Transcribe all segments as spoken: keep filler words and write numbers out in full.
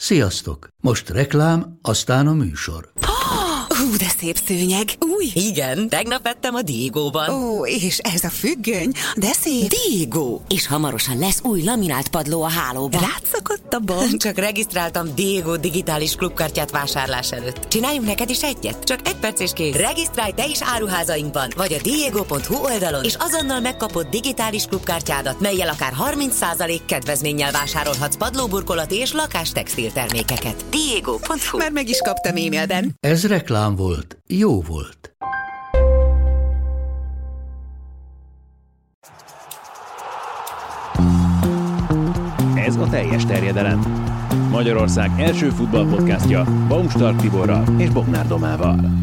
Sziasztok! Most reklám, aztán a műsor. Hú, de szép szőnyeg. Új? Igen, tegnap vettem a Diegóban. Ó, és ez a függöny, de szép. Diegó! És hamarosan lesz új laminált padló a hálóban. Rátszakadt a bank. Csak regisztráltam Diegó digitális klubkártyát vásárlás előtt. Csináljunk neked is egyet? Csak egy perc és kész. Regisztrálj te is áruházainkban, vagy a diego pont hu oldalon, és azonnal megkapod digitális klubkártyádat, mellyel akár harminc százalék kedvezménnyel vásárolhatsz padlóburkolati és lakástextil termékeket. diego pont hu. Már meg is kaptam e-mailben. Ez reklám volt, jó volt. Ez a teljes terjedelem. Magyarország első futballpodcastja Baumstark Tiborral és Bognár Domával.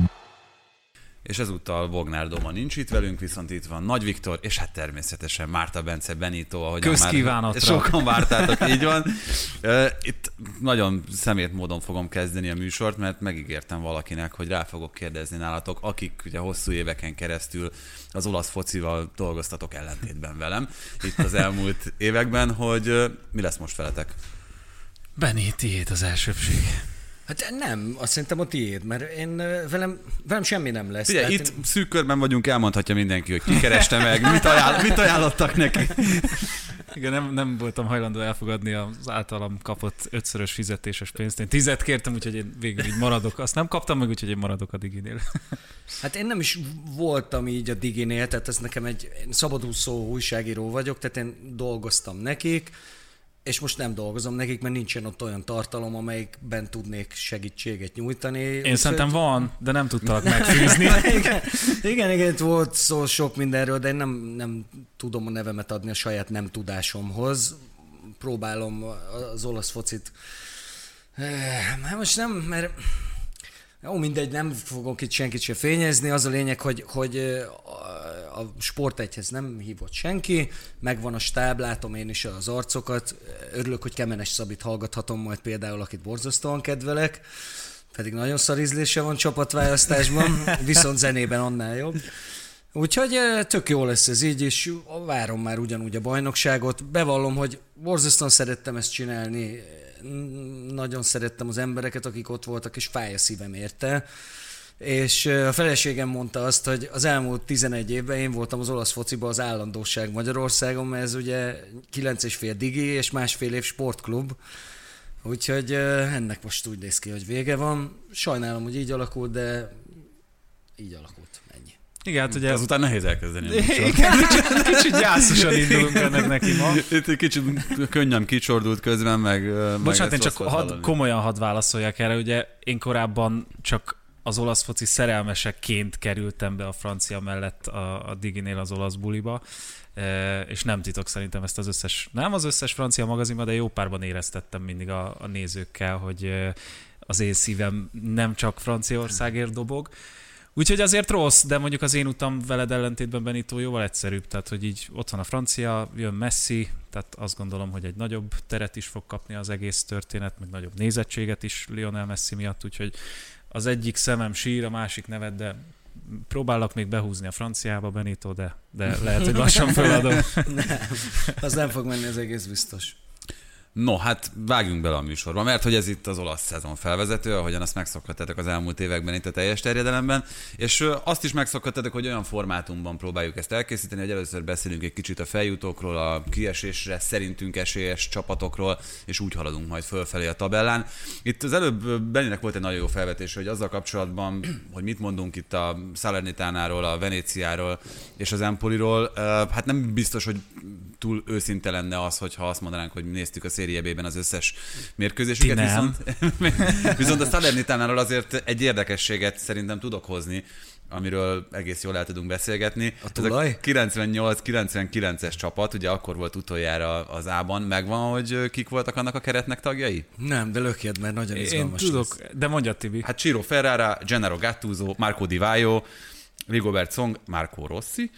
És ezúttal Bognár Doma nincs itt velünk, viszont itt van Nagy Viktor, és hát természetesen Márta Bence Benito, ahogy közkívánatra. Sokan vártátok, így van. Itt nagyon szemét módon fogom kezdeni a műsort, mert megígértem valakinek, hogy rá fogok kérdezni nálatok, akik ugye hosszú éveken keresztül az olasz focival dolgoztatok ellentétben velem itt az elmúlt években, hogy mi lesz most veletek? Benni, tiéd az elsőbség. Hát nem, azt szerintem a tiéd, mert én velem, velem semmi nem lesz. Ugye, itt én... szűk körben vagyunk, elmondhatja mindenki, hogy ki kereste meg, mit, ajánl, mit ajánlottak neki. Igen, nem, nem voltam hajlandó elfogadni az általam kapott ötszörös fizetéses pénzt. Én tizet kértem, úgyhogy én végül így maradok. Azt nem kaptam meg, úgyhogy én maradok a Diginél. Hát én nem is voltam így a Diginél, tehát ez nekem egy szabadúszó újságíró vagyok, tehát én dolgoztam nekik, és most nem dolgozom nekik, mert nincsen ott olyan tartalom, amelyikben tudnék segítséget nyújtani. Én úgy szerintem hogy... van, de nem tudtalak megfűzni. igen, igen, igen, volt szó sok mindenről, de én nem, nem tudom a nevemet adni a saját nem tudásomhoz. Próbálom az olasz focit. Hát most nem, mert... Jó, mindegy, nem fogok itt senkit se fényezni. Az a lényeg, hogy, hogy a Sportegyhez nem hívott senki, megvan a stáb, látom én is az arcokat. Örülök, hogy Kemenes Szabit hallgathatom majd például, akit borzasztóan kedvelek, pedig nagyon szarízlése van csapatválasztásban, viszont zenében annál jobb. Úgyhogy tök jó lesz ez így, és várom már ugyanúgy a bajnokságot. Bevallom, hogy borzasztóan szerettem ezt csinálni, nagyon szerettem az embereket, akik ott voltak, és fáj a szívem érte. És a feleségem mondta azt, hogy az elmúlt tizenegy évben én voltam az olasz fociban az állandóság Magyarországon, mert ez ugye kilenc és fél digi és másfél év sportklub. Úgyhogy ennek most úgy néz ki, hogy vége van. Sajnálom, hogy így alakult, de így alakult. Ennyi. Igen, hát ugye... Azután nehéz elkezdeni. Igen, kicsit, kicsit gyászosan indulunk ennek neki ma. Itt kicsit könnyen kicsordult közben, meg... Bocsánat, én csak had, komolyan hadd válaszoljak erre. Ugye én korábban csak az olasz foci szerelmeseként kerültem be a francia mellett a, a Diginél az olasz buliba, e, és nem titok szerintem ezt az összes, nem az összes francia magazinban, de jó párban éreztettem mindig a, a nézőkkel, hogy az én szívem nem csak Franciaországért dobog. Úgyhogy azért rossz, de mondjuk az én utam veled ellentétben, Benito, jóval egyszerűbb, tehát hogy így ott van a francia, jön Messi, tehát azt gondolom, hogy egy nagyobb teret is fog kapni az egész történet, meg nagyobb nézettséget is Lionel Messi miatt, úgyhogy az egyik szemem sír, a másik nevet, de próbálok még behúzni a franciába, Benito, de, de lehet, hogy lassan feladom. Nem, az nem fog menni, az egész biztos. No, hát vágjunk bele a műsorba, mert hogy ez itt az olasz szezon felvezető, ahogyan azt megszokhattatok az elmúlt években itt a teljes terjedelemben, és azt is megszokhattatok, hogy olyan formátumban próbáljuk ezt elkészíteni, hogy először beszélünk egy kicsit a feljutókról, a kiesésre szerintünk esélyes csapatokról, és úgy haladunk majd fölfelé a tabellán. Itt az előbb Benninek volt egy nagyon jó felvetés, hogy azzal kapcsolatban, hogy mit mondunk itt a Salernitánáról, a Venéciáról és az Empoliról, hát nem biztos, hogy túl őszinte lenne az, hogyha azt mondanánk, hogy néztük a Serie B-ben az összes mérkőzésüket, viszont, viszont a Salernitánáról azért egy érdekességet szerintem tudok hozni, amiről egész jól el tudunk beszélgetni. A tulaj? Ez a kilencvennyolc kilencvenkilences csapat, ugye akkor volt utoljára az A-ban, megvan, hogy kik voltak annak a keretnek tagjai? Nem, de lökjed, mert nagyon izgalmas. Én tudok, lesz. De mondjad, Tibi. Hát Ciro Ferrara, Gennaro Gattuso, Marco Di Vaio, Rigobert Song, Marco Rossi,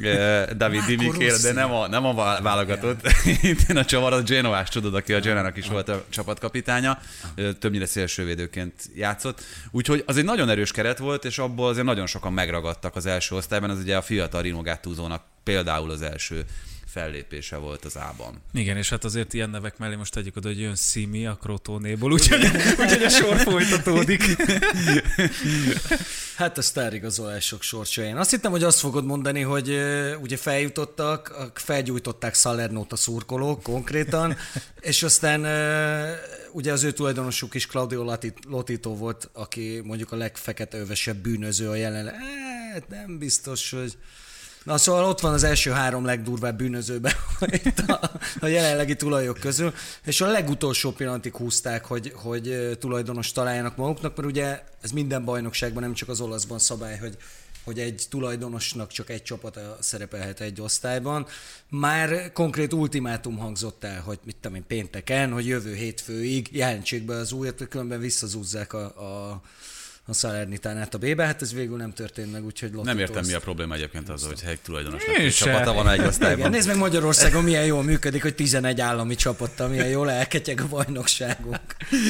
David Di Michele, de nem a, nem a válogatott. Itt a csavar, a Genoás, tudod, aki a Genoának is volt a csapatkapitánya, többnyire szélsővédőként játszott. Úgyhogy az egy nagyon erős keret volt, és abból azért nagyon sokan megragadtak az első osztályban, az ugye a fiatal Rino Gattusónak például az első fellépése volt az A-ban. Igen, és hát azért ilyen nevek mellé most tegyük oda, hogy jön Simi a Crotonéból, úgyhogy, úgyhogy a sor folytatódik. Hát a sztárigazolások sorsa. Én azt hittem, hogy azt fogod mondani, hogy uh, ugye feljutottak, felgyújtották Salernót a szurkolók konkrétan, és aztán uh, ugye az ő tulajdonosuk is Claudio Lotito volt, aki mondjuk a legfeketővesebb bűnöző a jelenleg. Hát nem biztos, hogy... Na szóval ott van az első három legdurvább bűnözőben itt a, a jelenlegi tulajok közül, és a legutolsó pillanatig húzták, hogy, hogy tulajdonos találjanak maguknak, mert ugye ez minden bajnokságban, nem csak az olaszban szabály, hogy, hogy egy tulajdonosnak csak egy csapata szerepelhet egy osztályban. Már konkrét ultimátum hangzott el, hogy mit tudom én, pénteken, hogy jövő hétfőig jelentsék be az újat, hogy különben visszazúzzák a, a a Salernitánát a B-be, hát ez végül nem történt meg, úgyhogy Lotito. Nem értem, mi a probléma egyébként az, hogy egy tulajdonosnak egy csapata van egy osztályban. Igen, nézd meg Magyarországon milyen jól működik, hogy tizenegy állami csapattal, milyen jól elketyeg a bajnokságunk.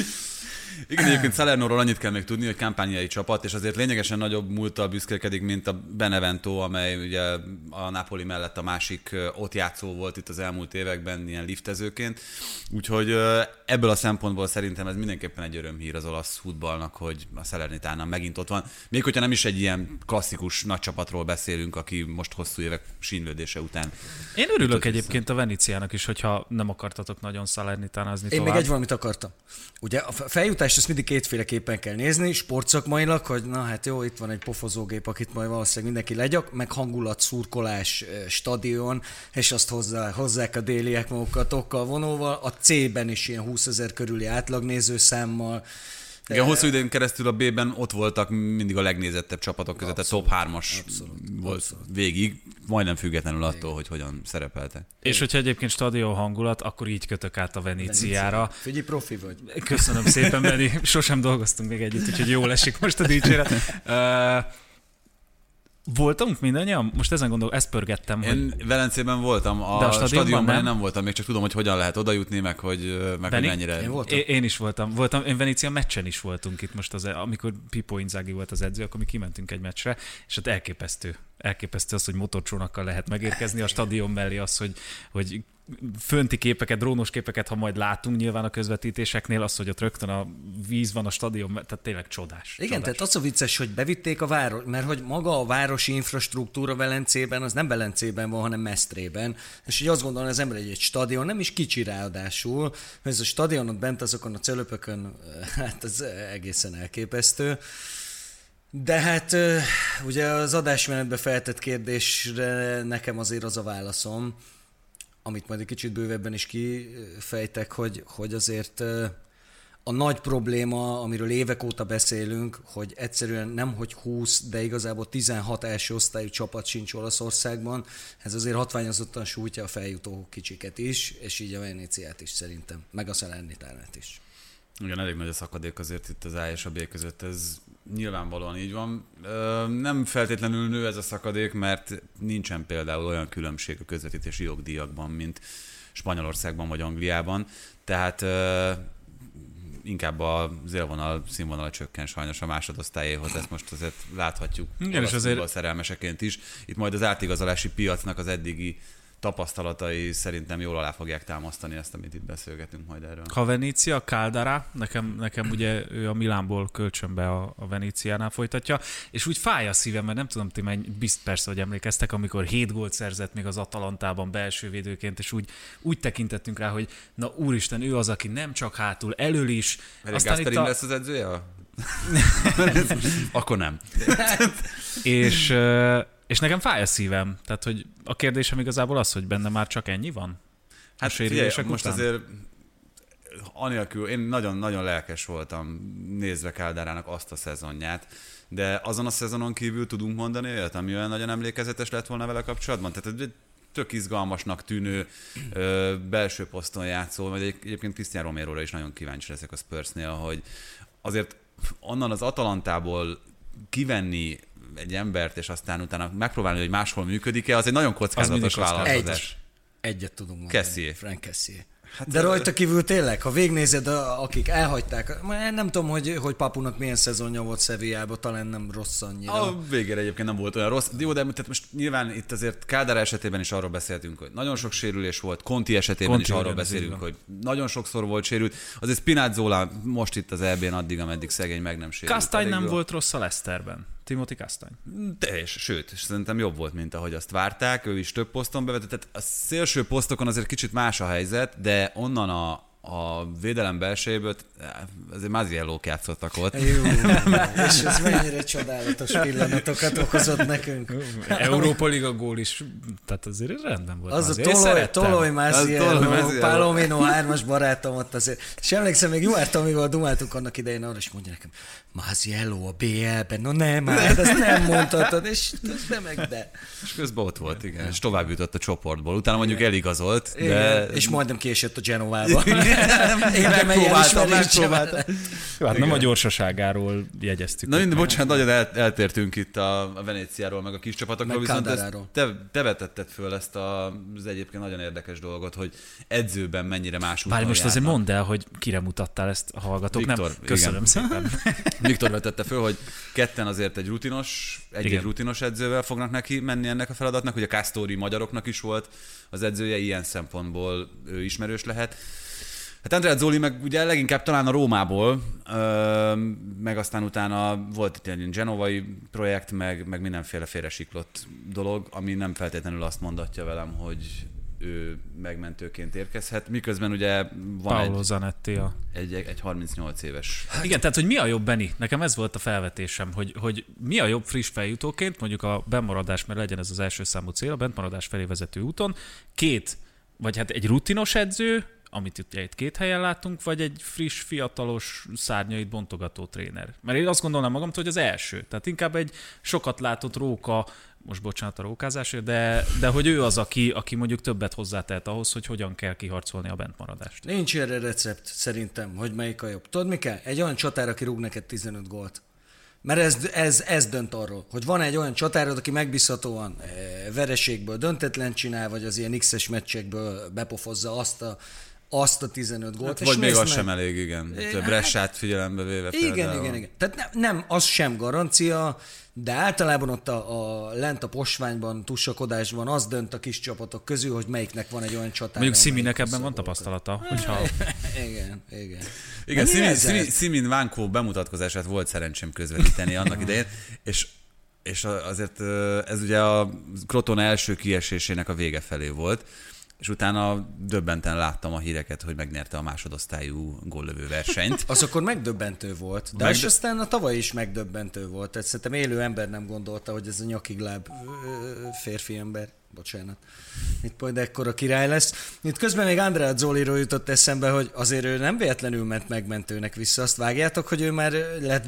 Igen, egyébként Salernóról annyit kell még tudni, hogy kampányai csapat, és azért lényegesen nagyobb múlttal büszkélkedik, mint a Benevento, amely ugye a Napoli mellett a másik ott játszó volt itt az elmúlt években ilyen liftezőként. Úgyhogy ebből a szempontból szerintem ez mindenképpen egy örömhír az olasz futballnak, hogy a Salernitana megint ott van. Még hogyha nem is egy ilyen klasszikus nagy csapatról beszélünk, aki most hosszú évek sínlődése után. Én örülök egyébként a Veneciának is, hogyha nem akartatok nagyon Salernitánázni tovább. Én még egy valamit akartam. Ugye a feljutást ezt mindig kétféleképpen kell nézni, sportszakmailag, hogy na hát jó, itt van egy pofozógép, akit majd valószínűleg mindenki legyak, meg hangulat, szurkolás, stadion, és azt hozzá, hozzák a déliek magukat tokkal, vonóval. A C-ben is ilyen húszezer körüli átlagnézőszámmal. Igen, hosszú időn keresztül a B-ben ott voltak mindig a legnézettebb csapatok között, abszolút, a top hármas abszolút, volt abszolút. Végig, majdnem függetlenül attól, igen, hogy hogyan szerepeltek. És hogyha egyébként stadion hangulat, akkor így kötök át a Veníciára. Figyelj, profi vagy. Köszönöm szépen, Beni. Sosem dolgoztunk még együtt, úgyhogy jól esik most a dicséret. Uh, Voltunk mindannyian? Most ezen gondolom, ezt pörgettem. Én hogy... Velencében voltam, a, a stadionban, stadionban nem? nem voltam, még csak tudom, hogy hogyan lehet odajutni, meg hogy, meg hogy mennyire... Én voltam. Én, én is voltam. voltam. Én Venícia meccsen is voltunk itt most, az, amikor Pippo Inzaghi volt az edző, akkor mi kimentünk egy meccsre, és ott elképesztő. Elképesztő az, hogy motorcsónakkal lehet megérkezni a stadion mellé, az, hogy, hogy fönti képeket, drónos képeket, ha majd látunk nyilván a közvetítéseknél, az, hogy ott rögtön a víz van a stadion, tehát tényleg csodás. Igen, csodás. Tehát az a vicces, hogy bevitték a város, mert hogy maga a városi infrastruktúra Velencében, az nem Velencében van, hanem Mestrében. És így azt gondolom, az ember, hogy egy stadion nem is kicsi ráadásul, mert ez a stadion ott bent azokon a cölöpökön, hát ez egészen elképesztő. De hát ugye az adásmenetbe feltett kérdésre nekem azért az a válaszom, amit majd egy kicsit bővebben is kifejtek, hogy, hogy azért a nagy probléma, amiről évek óta beszélünk, hogy egyszerűen nem hogy húsz, de igazából tizenhat első osztályú csapat sincs Olaszországban, ez azért hatványozottan sújtja a feljutó kicsiket is, és így a Venéciát is szerintem, meg a Salernitánát is. Igen, elég nagy a szakadék azért itt az A és a B között, ez nyilvánvalóan így van. Nem feltétlenül nő ez a szakadék, mert nincsen például olyan különbség a közvetítési jogdíjakban, mint Spanyolországban vagy Angliában, tehát inkább az élvonal színvonala csökken sajnos a másodosztályéhoz, ezt most azért láthatjuk. Igen, és azért szerelmeseként is. Itt majd az átigazolási piacnak az eddigi tapasztalatai szerintem jól alá fogják támasztani ezt, amit itt beszélgetünk majd erről. Ha Venícia, Caldara, nekem, nekem ugye ő a Milánból kölcsönbe a, a Veníciánál folytatja, és úgy fáj a szívem, mert nem tudom, ti mennyi, bizt persze, hogy emlékeztek, amikor hét gólt szerzett még az Atalantában belső védőként, és úgy, úgy tekintettünk rá, hogy na úristen, ő az, aki nem csak hátul, elől is. Aztán itt a... lesz az edzője? Akkor nem. és... És nekem fáj a szívem. Tehát, hogy a kérdésem igazából az, hogy benne már csak ennyi van? Hát figyelj, most után? Azért anélkül, én nagyon-nagyon lelkes voltam nézve Caldarának azt a szezonját, de azon a szezonon kívül tudunk mondani olyat, ami olyan nagyon emlékezetes lett volna vele kapcsolatban? Tehát egy tök izgalmasnak tűnő ö, belső poszton játszó, vagy egyébként Cristian Roméróra is nagyon kíváncsi leszek a Spursnél, hogy azért onnan az Atalantából kivenni egy embert, és aztán utána megpróbálni, hogy máshol működik-e, az egy nagyon kockázatos vállalkozás. Egy, egyet tudunk mondani. Kessié. Frank Kessié. Hát, De rajta kívül tényleg, ha végnézed, akik elhagyták, nem tudom, hogy, hogy Papunak milyen szezonja volt Sevillában, talán nem rossz annyira. A végére egyébként nem volt olyan rossz. Jó, de tehát most nyilván itt azért Kádár esetében is arról beszéltünk, hogy nagyon sok sérülés volt, Conti esetében Conti is arról beszélünk, hogy nagyon sokszor volt sérült. Azért Spinazzola most itt az é bén addig, ameddig szegény meg nem sérült. Castagne nem jó. volt rossz a Leicesterben. Timothy Castagne. Teljes, sőt, szerintem jobb volt, mint ahogy azt várták, ő is több poszton bevetett. Tehát a szélső posztokon azért kicsit más a helyzet, de onnan a, a védelem belsejéből azért Maziellók játszottak ott. Jó, és ez mennyire csodálatos pillanatokat okozott nekünk. Európa Liga gól is, tehát azért rendben volt. Az Maziel. a Toloj, Toloj Mazielló, Palomino hármas barátom ott azért. És emlékszem, még Juár Tomival dumáltunk annak idején arra, és mondja nekem, Mazielló a bé el-ben, no nem, hát ezt nem mondhatod, és nem meg, de. És közben ott volt, igen, és tovább jutott a csoportból. Utána mondjuk eligazolt, de... Igen, és majdnem kiesett a Genovába. Megpróbáltam, megpróbáltam. Jó, hát nem a gyorsaságáról jegyeztük. Na minden, bocsánat, nagyon el, eltértünk itt a, a Venéciáról, meg a kis csapatokról, viszont ezt te, te vetetted föl ezt a, az egyébként nagyon érdekes dolgot, hogy edzőben mennyire más úton Várj, most járnak. azért mondd el, hogy kire mutattál ezt a hallgatók. Viktor, nem? Köszönöm igen. szépen. Viktor vetette föl, hogy ketten azért egy rutinos, egy-egy rutinos edzővel fognak neki menni ennek a feladatnak, hogy a Castori magyaroknak is volt az edzője, ilyen szempontból ő ismerős lehet. Hát Andrea Zoli meg ugye leginkább talán a Rómából, meg aztán utána volt itt egy genovai projekt, meg, meg mindenféle félresiklott dolog, ami nem feltétlenül azt mondatja velem, hogy ő megmentőként érkezhet, miközben ugye van Paolo egy, Zanetti a... egy, egy harmincnyolc éves. Hát igen, tehát hogy mi a jobb, Benni? Nekem ez volt a felvetésem, hogy, hogy mi a jobb friss feljutóként, mondjuk a bennmaradás, mert legyen ez az első számú cél, a bentmaradás felé vezető úton, két, vagy hát egy rutinos edző, amit itt, itt két helyen látunk, vagy egy friss, fiatalos, szárnyait bontogató tréner. Mert én azt gondolnám magamtól, hogy az első. Tehát inkább egy sokat látott róka, most bocsánat a rókázásért, de, de hogy ő az, aki, aki mondjuk többet hozzátehet ahhoz, hogy hogyan kell kiharcolni a bentmaradást. Nincs erre recept szerintem, hogy melyik a jobb. Tudod mi kell? Egy olyan csatár, aki rúg neked tizenöt gólt. Mert ez, ez, ez dönt arról, hogy van egy olyan csatárod, aki megbízhatóan vereségből döntetlen csinál, vagy az ilyen X-es meccsekből bepofozza azt a azt a tizenöt gólt. Hát, vagy még az meg... sem elég, igen. Több Bressát figyelembe véve. Igen, például. igen, igen. Tehát nem, nem, az sem garancia, de általában ott a, a lent a posványban, tussakodásban az dönt a kis csapatok közül, hogy melyiknek van egy olyan csatára. Mondjuk Sziminek ebben van tapasztalata. Hogyha... igen, igen. Igen, Simin, Simin, Simin Vánkó bemutatkozását volt szerencsém közvetíteni annak idején, és és azért ez ugye a Crotone első kiesésének a vége felé volt, és utána döbbenten láttam a híreket, hogy megnyerte a másodosztályú góllövő versenyt. Az akkor megdöbbentő volt, de Megd- aztán a tavaly is megdöbbentő volt. Tehát szerintem élő ember nem gondolta, hogy ez a nyakigláb férfi ember, bocsánat, itt majd ekkora király lesz. Itt közben még Andrea Zoliról jutott eszembe, hogy azért ő nem véletlenül ment megmentőnek vissza. Azt vágjátok, hogy ő már lett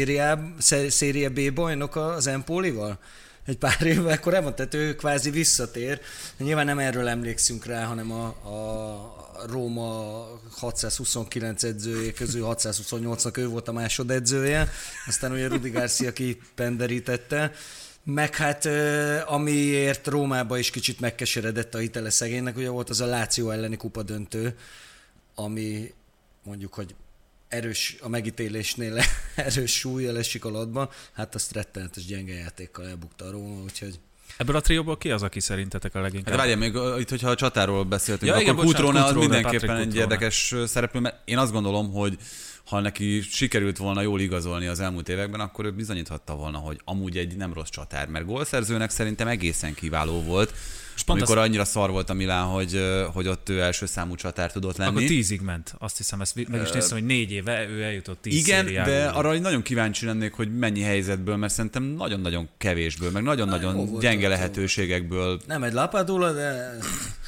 Serie B bajnok az Empolival? Egy pár évvel korábban, tehát ő kvázi visszatér. Nyilván nem erről emlékszünk rá, hanem a, a Róma hatszázhuszonkilenc edzője közül hatszázhuszonnyolcnak ő volt a másodedzője, aztán ugye Rudi Garcia kipenderítette. Meg hát amiért Rómába is kicsit megkeseredett a hitele szegénynek, ugye volt az a Láció elleni kupadöntő, ami mondjuk, hogy erős a megítélésnél erős súlya esik alatba, hát azt rettenetes gyenge játékkal elbukta a Róma, úgyhogy... Ebből a trióból ki az, aki szerintetek a leginkább? Hát várjál, még itt, hogyha a csatáról beszéltünk, ja, akkor igen, Cutrone az mindenképpen Patrick egy Cutrone. érdekes szereplő, mert én azt gondolom, hogy ha neki sikerült volna jól igazolni az elmúlt években, akkor ő bizonyíthatta volna, hogy amúgy egy nem rossz csatár, mert gólszerzőnek szerintem egészen kiváló volt. Amikor az... annyira szar volt a Milán, hogy, hogy ott ő első számú csatár tudott lenni. Akkor tízig ment. Azt hiszem, ezt meg is néztem, hogy négy éve ő eljutott tíz Igen, szériából. de arra nagyon kíváncsi lennék, hogy mennyi helyzetből, mert szerintem nagyon-nagyon kevésből, meg nagyon-nagyon gyenge lehetőségekből. Nem egy Lapadula, de...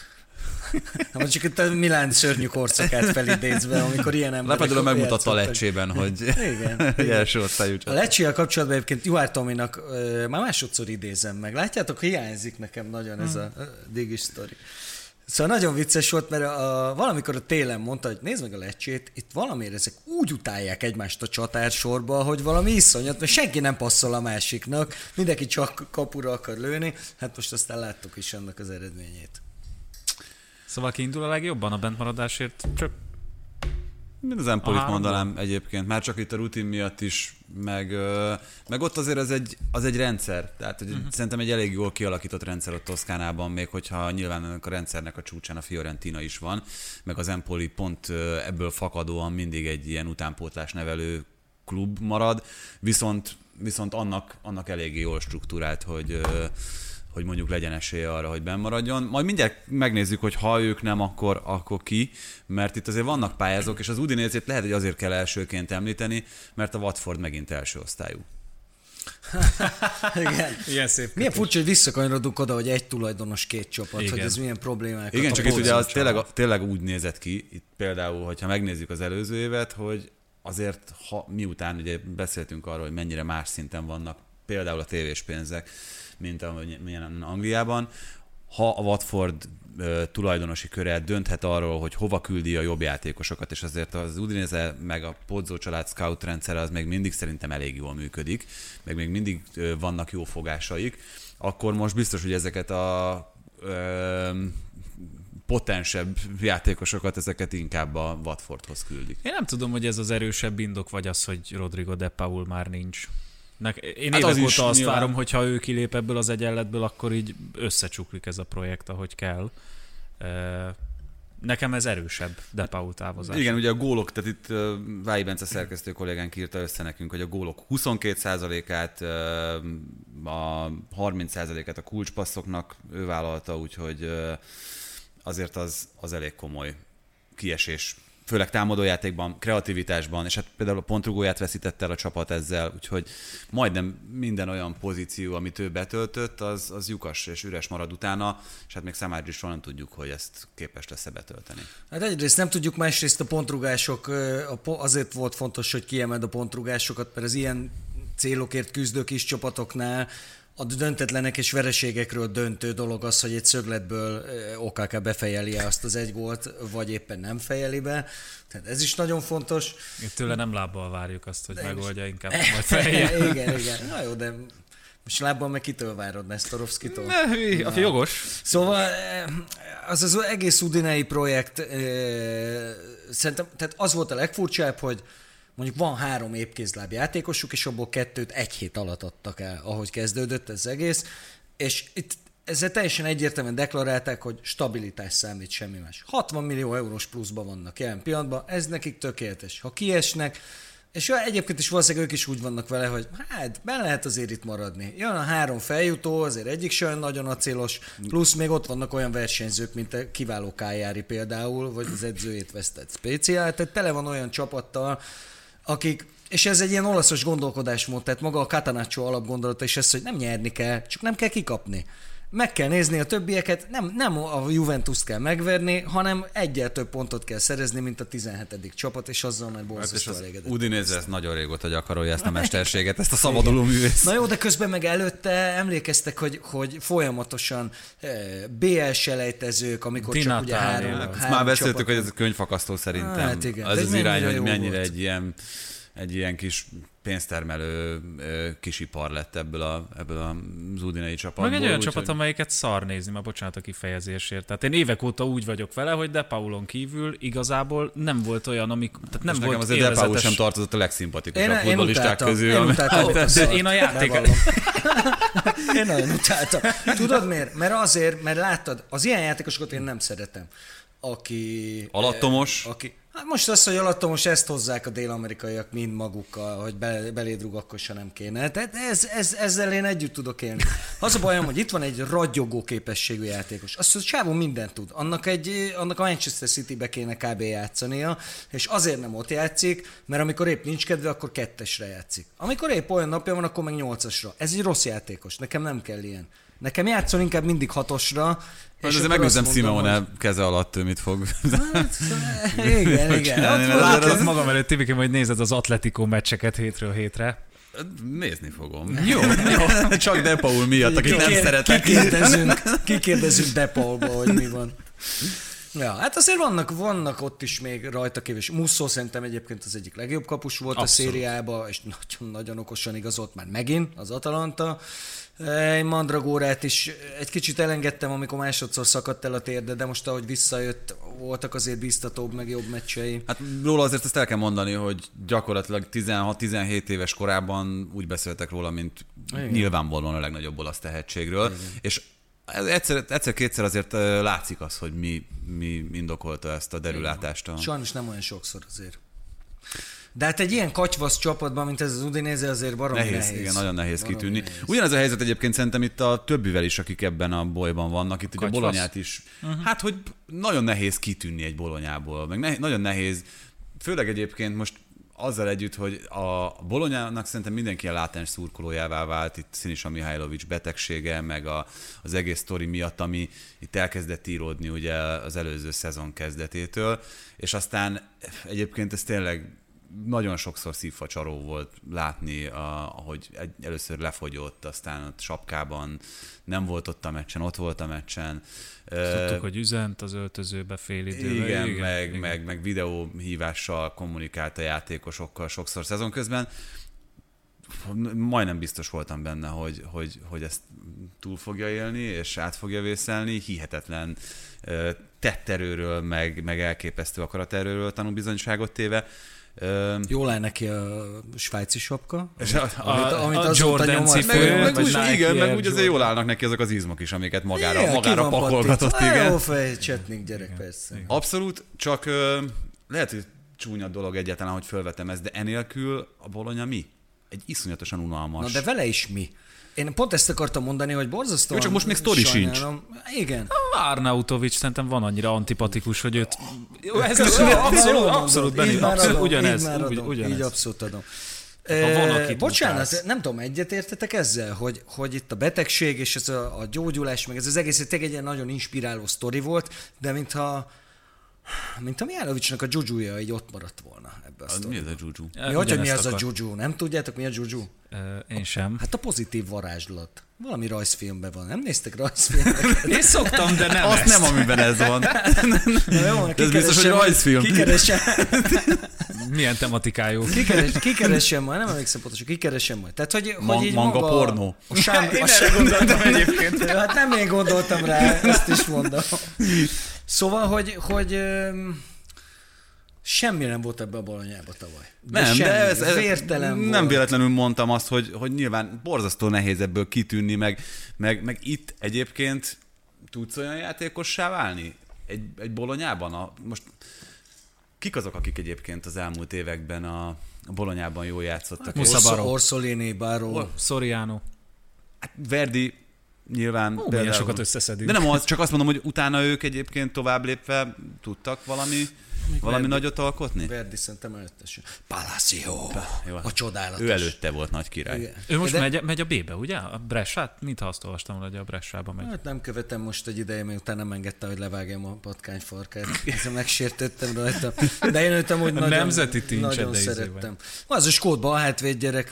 Nem, csak itt a Milán szörnyű korszakát felidézve, amikor ilyen emberek... Lapadula megmutatta a Lecsében, hogy, igen, hogy első osztályú csatár. A Lecsével kapcsolatban egyébként Juár Tominak uh, már másodszor idézem meg. Látjátok, hiányzik nekem nagyon ez a uh, digis sztori. Szóval nagyon vicces volt, mert a, valamikor a télen mondta, hogy nézd meg a Lecsét, itt valamiért ezek úgy utálják egymást a csatársorba, hogy valami iszonyat, mert senki nem passzol a másiknak, mindenki csak kapura akar lőni. Hát most aztán láttuk is annak az eredményét. Szóval ki indul a legjobban a bentmaradásért? Csak Mind az Empolit mondanám egyébként, már csak itt a rutin miatt is, meg, meg ott azért az egy, az egy rendszer, tehát hogy uh-huh. szerintem egy elég jól kialakított rendszer ott Toszkánában, még hogyha nyilván ennek a rendszernek a csúcsán a Fiorentina is van, meg az Empoli pont ebből fakadóan mindig egy ilyen utánpótlás nevelő klub marad, viszont, viszont annak, annak eléggé jól struktúrált, hogy hogy mondjuk legyen esélye arra, hogy benn maradjon. Majd mindjárt megnézzük, hogy ha ők nem, akkor, akkor ki, mert itt azért vannak pályázók, és az Udinézét lehet, hogy azért kell elsőként említeni, mert a Watford megint első osztályú. Igen. Ilyen szép. Milyen furcsa, hogy visszakanyarodunk oda, hogy egy tulajdonos, két csapat, igen. hogy ez milyen problémák. Igen, csak itt ugye az tényleg, tényleg úgy nézett ki, itt például, hogyha megnézzük az előző évet, hogy azért, ha miután ugye beszéltünk arról, hogy mennyire más szinten vannak például a tévés pénzek, mint amilyen Angliában. Ha a Watford uh, tulajdonosi köre dönthet arról, hogy hova küldi a jobb játékosokat, és azért az Udinese meg a Pozzo család scout rendszere az még mindig szerintem elég jól működik, meg még mindig uh, vannak jó fogásaik, akkor most biztos, hogy ezeket a uh, potensebb játékosokat, ezeket inkább a Watfordhoz küldik. Én nem tudom, hogy ez az erősebb indok, vagy az, hogy Rodrigo de Paul már nincs. Én hát évek az óta azt nyilván... várom, hogyha ő kilép ebből az egyenletből, akkor így összecsuklik ez a projekt, ahogy kell. Nekem ez erősebb, de Paul távozás. Igen, ugye a gólok, tehát itt Vályi Bence szerkesztő kollégánk írta össze nekünk, hogy a gólok huszonkét százalékát, a harminc százalékát a kulcspasszoknak ő vállalta, úgyhogy azért az, az elég komoly kiesés. Főleg támadójátékban, kreativitásban, és hát például a pontrugóját veszítette el a csapat ezzel, úgyhogy majdnem minden olyan pozíció, amit ő betöltött, az, az lyukas és üres marad utána, és hát még Samarisról nem tudjuk, hogy ezt képes lesz-e betölteni. Hát egyrészt nem tudjuk, másrészt a pontrugások, azért volt fontos, hogy kiemeld a pontrugásokat, mert az ilyen célokért küzdő kis csapatoknál a döntetlenek és vereségekről döntő dolog az, hogy egy szögletből o ká ká befejeli azt az egy gólt, vagy éppen nem fejeli be. Tehát ez is nagyon fontos. Itt tőle nem lábbal várjuk azt, hogy de megoldja, is... inkább majd fejje. Igen, igen. Na jó, de most lábbal meg kitől várod, Nesztorovszkitól? Ne, a jogos. Szóval az az egész udinei projekt szerintem, tehát az volt a legfurcsább, hogy mondjuk van három épkézláb játékosuk, és abból kettőt egy hét alatt adtak el, ahogy kezdődött ez egész, és itt ezzel teljesen egyértelműen deklarálták, hogy stabilitás számít, semmi más. hatvan millió eurós pluszban vannak jelen pillanatban, ez nekik tökéletes. Ha kiesnek, és egyébként is valószínűleg ők is úgy vannak vele, hogy hát benne lehet azért itt maradni. Jön a három feljutó, azért egyik sem olyan nagyon acélos, plusz még ott vannak olyan versenyzők, mint a kiváló Kájári például, vagy az edzőjét vesztett Speciál, tehát tele van olyan csapattal, akik, és ez egy ilyen olaszos gondolkodásmód, tehát maga a Catanaccio alapgondolata is ez, hogy nem nyerni kell, csak nem kell kikapni. Meg kell nézni a többieket, nem, nem a Juventus kell megverni, hanem egyel több pontot kell szerezni, mint a tizenhetedik csapat, és azzal már borzasztó hát elégedett. Udinese ezt nagyon régóta gyakorolja ezt a mesterséget, ezt a szabaduló művész. Na jó, de közben meg előtte emlékeztek, hogy, hogy folyamatosan bé el selejtezők, amikor Dinatán, csak ugye három, hát, három már beszéltük, csapat. hogy ez a könyvfakasztó szerintem. Hát igen, az az irány, hogy mennyire volt. egy ilyen, egy ilyen kis pénztermelő kisipar lett ebből, a, ebből az udinei csapatból. Meg egy olyan úgy, csapat, hogy... amelyiket szar nézni, már bocsánat a kifejezésért. Tehát én évek óta úgy vagyok vele, hogy De Paulon kívül igazából nem volt olyan, amik... Tehát nem Most volt nekem azért élvezetes... De Paul sem tartozott a legszimpatikusabb Én, futballisták én utáltam, közül. Én utáltam, oh, de, de én a játék... Én nagyon utáltam. Tudod miért? Mert azért, mert láttad, az ilyen játékosokat én nem szeretem. Aki... Alattomos. Aki, hát most az, hogy alattomos, ezt hozzák a dél-amerikaiak mind magukkal, hogy be, beléd rúg, akkor se nem kéne. Tehát ez, ez, ezzel én együtt tudok élni. Az a bajom, hogy itt van egy ragyogó képességű játékos. Azt, hogy Csávó mindent tud. Annak, egy, annak a Manchester Citybe kéne kb. Játszania, és azért nem ott játszik, mert amikor épp nincs kedve, akkor kettesre játszik. Amikor épp olyan napja van, akkor meg nyolcasra. Ez egy rossz játékos. Nekem nem kell ilyen. Nekem játszol inkább mindig hatosra. És azért megnézem Simeone hogy... keze alatt, ő mit fog. Hát, igen, igen. Látod magam előtt, Tibikém, hogy nézed az Atletico meccseket hétről hétre. Nézni fogom. Jó, jó. Csak De Paul miatt, akit nem szeretek. Kikérdezünk, kikérdezünk De Paulba, hogy mi van. Ja, hát azért vannak, vannak ott is még rajta kevés. Musso szerintem egyébként az egyik legjobb kapus volt Abszolút. a szériában, és nagyon-nagyon okosan igazolt már megint az Atalanta. Én Mandragórát is egy kicsit elengedtem, amikor másodszor szakadt el a térde, de most ahogy visszajött, voltak azért biztatóbb, meg jobb meccsei. Hát róla azért ezt el kell mondani, hogy gyakorlatilag tizenhat-tizenhét éves korában úgy beszéltek róla, mint Igen. nyilvánvalóan a legnagyobb olasz tehetségről. Igen. És egyszer, egyszer-kétszer azért látszik az, hogy mi, mi indokolta ezt a derülátást. A... Sajnos nem olyan sokszor azért. De hát egy ilyen katyvasz csapatban, mint ez az Udinese, azért baromi nehéz. nehéz. Igen, nagyon nehéz baromi kitűnni. Nehéz. Ugyanez a helyzet egyébként szerintem itt a többivel is, akik ebben a bolyban vannak. Itt ugye a Bolonyát is. Uh-huh. Hát, hogy nagyon nehéz kitűnni egy Bolonyából. Meg ne, nagyon nehéz, főleg egyébként most azzal együtt, hogy a Bolonyának szerintem mindenki a látens szurkolójává vált, itt Sinisa Mihajlović betegsége, meg a, az egész sztori miatt, ami itt elkezdett íródni ugye az előző szezon kezdetétől, és aztán egyébként ez tényleg nagyon sokszor szívfacsaró volt látni, ahogy először lefogyott, aztán ott sapkában nem volt ott a meccsen, ott volt a meccsen. Tudtuk, hogy üzent az öltözőbe fél időben. Igen, igen, meg, igen. Meg, meg videóhívással kommunikált a játékosokkal sokszor szezon közben. Majdnem biztos voltam benne, hogy, hogy, hogy ezt túl fogja élni, és át fogja vészelni. Hihetetlen tetterőről, meg, meg elképesztő akaraterőről tanúbizonyságot téve. Jól áll neki a svájci sapka, és a, amit, a, amit a Jordan cipő, meg, meg, úgy, igen, meg úgy azért jól állnak neki azok az izmok is, amiket magára, yeah, magára pakolgatott. Igen. Jó fej, csetnik gyerek, igen, persze. Igen. Abszolút, csak uh, lehet, hogy csúnya dolog egyáltalán, hogy felvetem ezt, de enélkül a Bologna mi? Egy iszonyatosan unalmas. Na de vele is mi? Én pont ezt akartam mondani, hogy borzasztóan... Jó, csak most még sztori sincs. Igen. Arnautovic szerintem van annyira antipatikus, hogy őt... Jó, ez is abszolút, abszolút benne. Abszolút ugyanez. Így, ugyanez. Így abszolút adom. E, bocsánat, utálsz. Nem tudom, egyetértetek ezzel, hogy, hogy itt a betegség és ez a, a gyógyulás, meg ez az egész egy ilyen nagyon inspiráló sztori volt, de mintha mint a Mihajlovićnak a dzsuzsúja így ott maradt volna ebbe a sztoriba. Mi az a dzsuzsú? Mi, hogy, hogy mi az a dzsuzsú? Nem tudjátok, mi a dzsuzsú? Uh, én sem. Hát a pozitív varázslat. Valami rajzfilmben van. Nem néztek rajzfilmeket? Én szoktam, de nem Azt ezt. nem, amiben ez van. Na jó, ez biztos, hogy rajzfilm. Kikeresem. Milyen tematikájú? Kikeres, kikeresem majd, nem emlékszem pontosan, kikeresem majd. Tehát, hogy, Ma, hogy így manga maga pornó. A sám, én a erre gondoltam egyébként. Hát nem én gondoltam rá, ezt is mondom. Szóval, hogy, hogy semmi nem volt ebbe a Bolonyába tavaly. De nem, semmi, de ez, ez vértelen nem volt. véletlenül mondtam azt, hogy, hogy nyilván borzasztó nehéz ebből kitűnni, meg, meg, meg itt egyébként tudsz olyan játékossá válni? Egy, egy Bolonyában? A, most kik azok, akik egyébként az elmúlt években a, a Bolonyában jól játszottak? Musa Baró. Orsolini, Baró. Soriano. Hát Verdi nyilván. Ó, milyen sokat összeszedünk. De nem az, csak azt mondom, hogy utána ők egyébként tovább lépve tudtak valami, valami Verdi, nagyot alkotni? Verdi szerintem előttes. Palacio, a csodálatos. Ő előtte volt nagy király. Igen. Ő most de... megy, megy a B-be, ugye? A Bressát? Mintha azt olvastam, hogy a Bressába megy. Hát nem követem most egy ideje, miután nem engedte, hogy levágjam a patkányfarkát. Ezzel megsértődtem rajta. De én őtem úgy nagyon, nemzeti nagyon szerettem. Az a skót balhátvéd gyerek.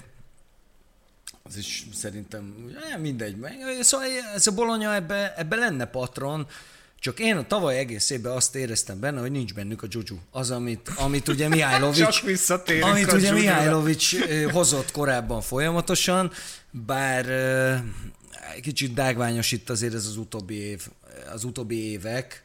Az is szerintem, mindegy. Szóval ez a Bologna ebbe, ebbe lenne patron, csak én a tavaly egész évben azt éreztem benne, hogy nincs bennük a dzsuzsú. Az, amit, amit ugye Mihajlović, amit ugye Mihajlović hozott korábban folyamatosan, bár egy kicsit dágványos itt azért ez az utóbbi év, az utóbbi évek.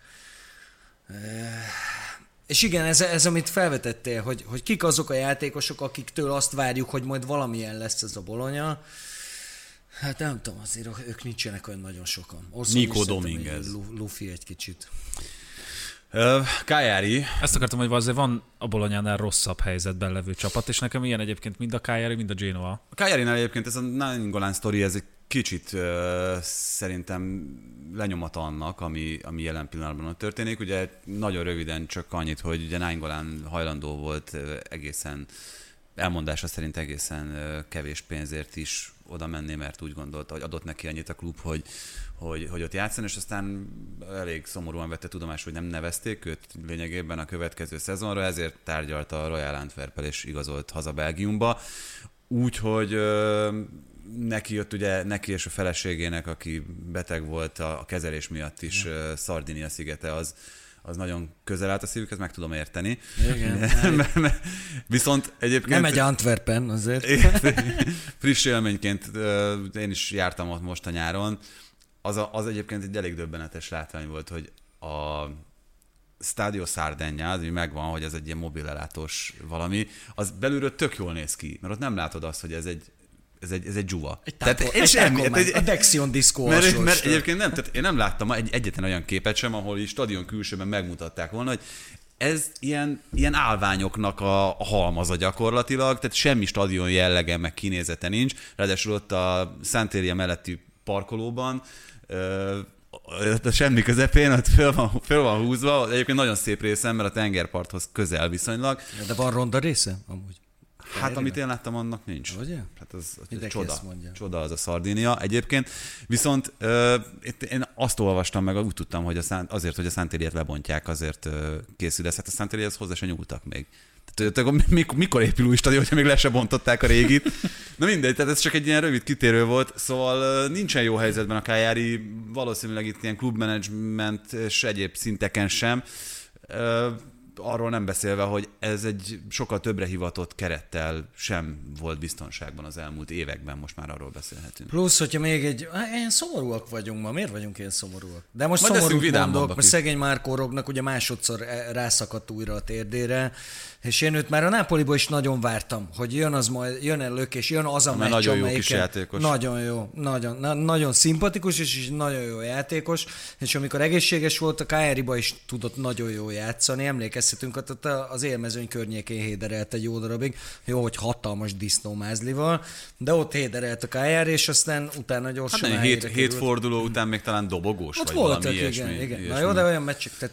És igen, ez, ez amit felvetettél, hogy, hogy kik azok a játékosok, akiktől azt várjuk, hogy majd valamilyen lesz ez a Bologna. Hát nem tudom, azért ők nincsenek olyan nagyon sokan. Orszon Nico Dominguez. Luffy egy kicsit. Uh, Cagliari. Ezt akartam, hogy azért van a Bolognánál rosszabb helyzetben levő csapat, és nekem ilyen egyébként mind a Cagliari, mind a Genoa. A Cagliarinál egyébként ez a Nainggolan sztori, ez egy kicsit uh, szerintem lenyomat annak, ami, ami jelen pillanatban ott történik. Ugye nagyon röviden csak annyit, hogy ugye Nainggolan hajlandó volt uh, egészen, elmondása szerint egészen uh, kevés pénzért is oda menni, mert úgy gondolta, hogy adott neki annyit a klub, hogy, hogy, hogy ott játszani, és aztán elég szomorúan vette tudomásul, hogy nem nevezték őt lényegében a következő szezonra, ezért tárgyalta a Royal Antwerp-el és igazolt haza Belgiumba. Úgyhogy neki jött ugye, neki és a feleségének, aki beteg volt a, a kezelés miatt is, ja. Szardinia szigete az, az nagyon közel állt a szívükhez, meg tudom érteni. Igen. Viszont egyébként... Nem egy Antwerpen azért. Friss élményként én is jártam ott most a nyáron. Az, a, az egyébként egy elég döbbenetes látvány volt, hogy a Stadio Sardegna, az így megvan, hogy ez egy ilyen mobilelátós valami, az belülről tök jól néz ki, mert ott nem látod azt, hogy ez egy Ez egy, ez egy dzsuva. Egy tápol, tehát, egy semmi, egy, a Dexion diszkó mert, mert egyébként nem, tehát én nem láttam egy, egyetlen olyan képet sem, ahol is stadion külsőben megmutatták volna, hogy ez ilyen, ilyen állványoknak a, a halmaza gyakorlatilag, tehát semmi stadion jellege, meg kinézete nincs, ráadásul ott a Santéria melletti parkolóban, a semmi közepén, ott föl van, föl van húzva, egyébként nagyon szép részem, mert a tengerparthoz közel viszonylag. De van ronda része amúgy? Hát, amit én láttam, annak nincs. Ugye? Hát az, az csoda. Csoda az a Szardinia egyébként. Viszont uh, én azt olvastam meg, úgy tudtam, hogy a, azért, hogy a Santériát lebontják, azért uh, készül ez. Hát a Santériához hozzá se nyúltak még. Tehát, mikor épül új stadion, hogyha még le se bontották a régit? Na mindegy, tehát ez csak egy ilyen rövid kitérő volt, szóval uh, nincsen jó helyzetben a Cagliari, valószínűleg itt ilyen klubmenedzsment és egyéb szinteken sem. Uh, Arról nem beszélve, hogy ez egy sokkal többre hivatott kerettel sem volt biztonságban az elmúlt években, most már arról beszélhetünk. Plusz, hogyha még egy... Ilyen szomorúak vagyunk ma, miért vagyunk ilyen szomorúak? De most szomorúak mondok, mert szegény Marco Rognak ugye másodszor rászakadt újra a térdére, és én őt már a Nápoliból is nagyon vártam, hogy jön az majd, jön el lökés, jön az a meccs, nagyon jó kis játékos. Nagyon jó, nagyon, na, nagyon szimpatikus, és is nagyon jó játékos, és amikor egészséges volt, a Cagliariba is tudott nagyon jó játszani, emlékezhetünk, ott az élmezőny környékén héderelt egy jó darabig, jó, hogy hatalmas disznómázlival, de ott héderelt a Cagliari, és aztán utána gyorsan hát hét, hét forduló után még talán dobogós, ott vagy voltak, valami igen, ilyesmi. igen. ilyesmi. Na jó, de olyan meccsek, tehát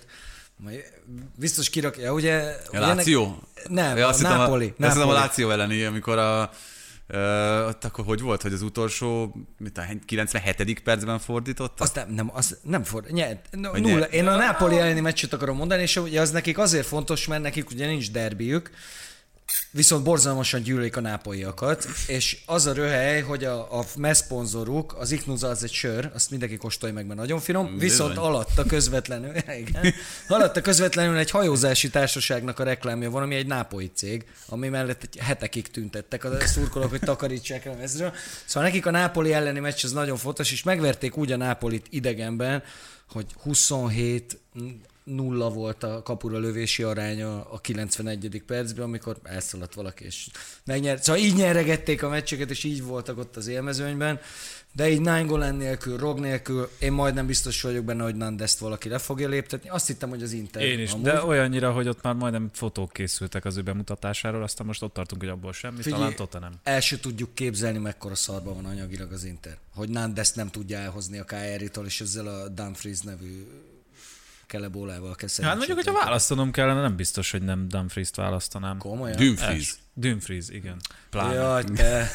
biztos kirakja, ugye... A Láció? Nem, ja, a Nápoli. Azt hiszem a Láció elleni, amikor a Uh, ott akkor hogy volt, hogy az utolsó mit, a kilencvenhetedik percben fordította? Azt nem, nem, azt nem fordít. Nyert. No, nulla. Én a Nápoli elleni meccset akarom mondani, és ugye az nekik azért fontos, mert nekik ugye nincs derbiük, viszont borzalmasan gyűlölik a nápolyiakat, és az a röhely, hogy a, a messzponzoruk, az Ichnusa az egy sör, azt mindenki kóstolja meg, mert nagyon finom, viszont bizony. alatta közvetlenül, igen, alatta közvetlenül egy hajózási társaságnak a reklámja van, ami egy nápolyi cég, ami mellett egy hetekig tüntettek a szurkolók, hogy takarítsák a mezről. Szóval nekik a Nápoli elleni meccs az nagyon fontos, és megverték úgy a Nápolit idegenben, hogy huszonhét nulla volt a kapura lövési aránya a kilencvenegyedik percben, amikor elszaladt valaki, és megnyert. Szóval így nyeregették a meccseket, és így voltak ott az élmezőnyben, de így Nainggolan nélkül, Rog nélkül, én majdnem biztos vagyok benne, hogy Nandest valaki le fogja léptetni. Azt hittem, hogy az Inter. Én is, amúgy. De olyannyira, hogy ott már majdnem fotók készültek az ő bemutatásáról, aztán most ott tartunk, hogy abból semmi, Figyelj, talán Tottenham. El se tudjuk képzelni, mekkora szarban van anyagilag az Inter. Hogy Nandest nem tudja elhozni a Cagliaritól, és ezzel a Dumfries nevű kelebólával kell hát mondjuk, hogyha választanom kellene, nem biztos, hogy nem Dumfries-t választanám. Komolyan? Dumfries. Dumfries, igen. Pláne. Jaj, te...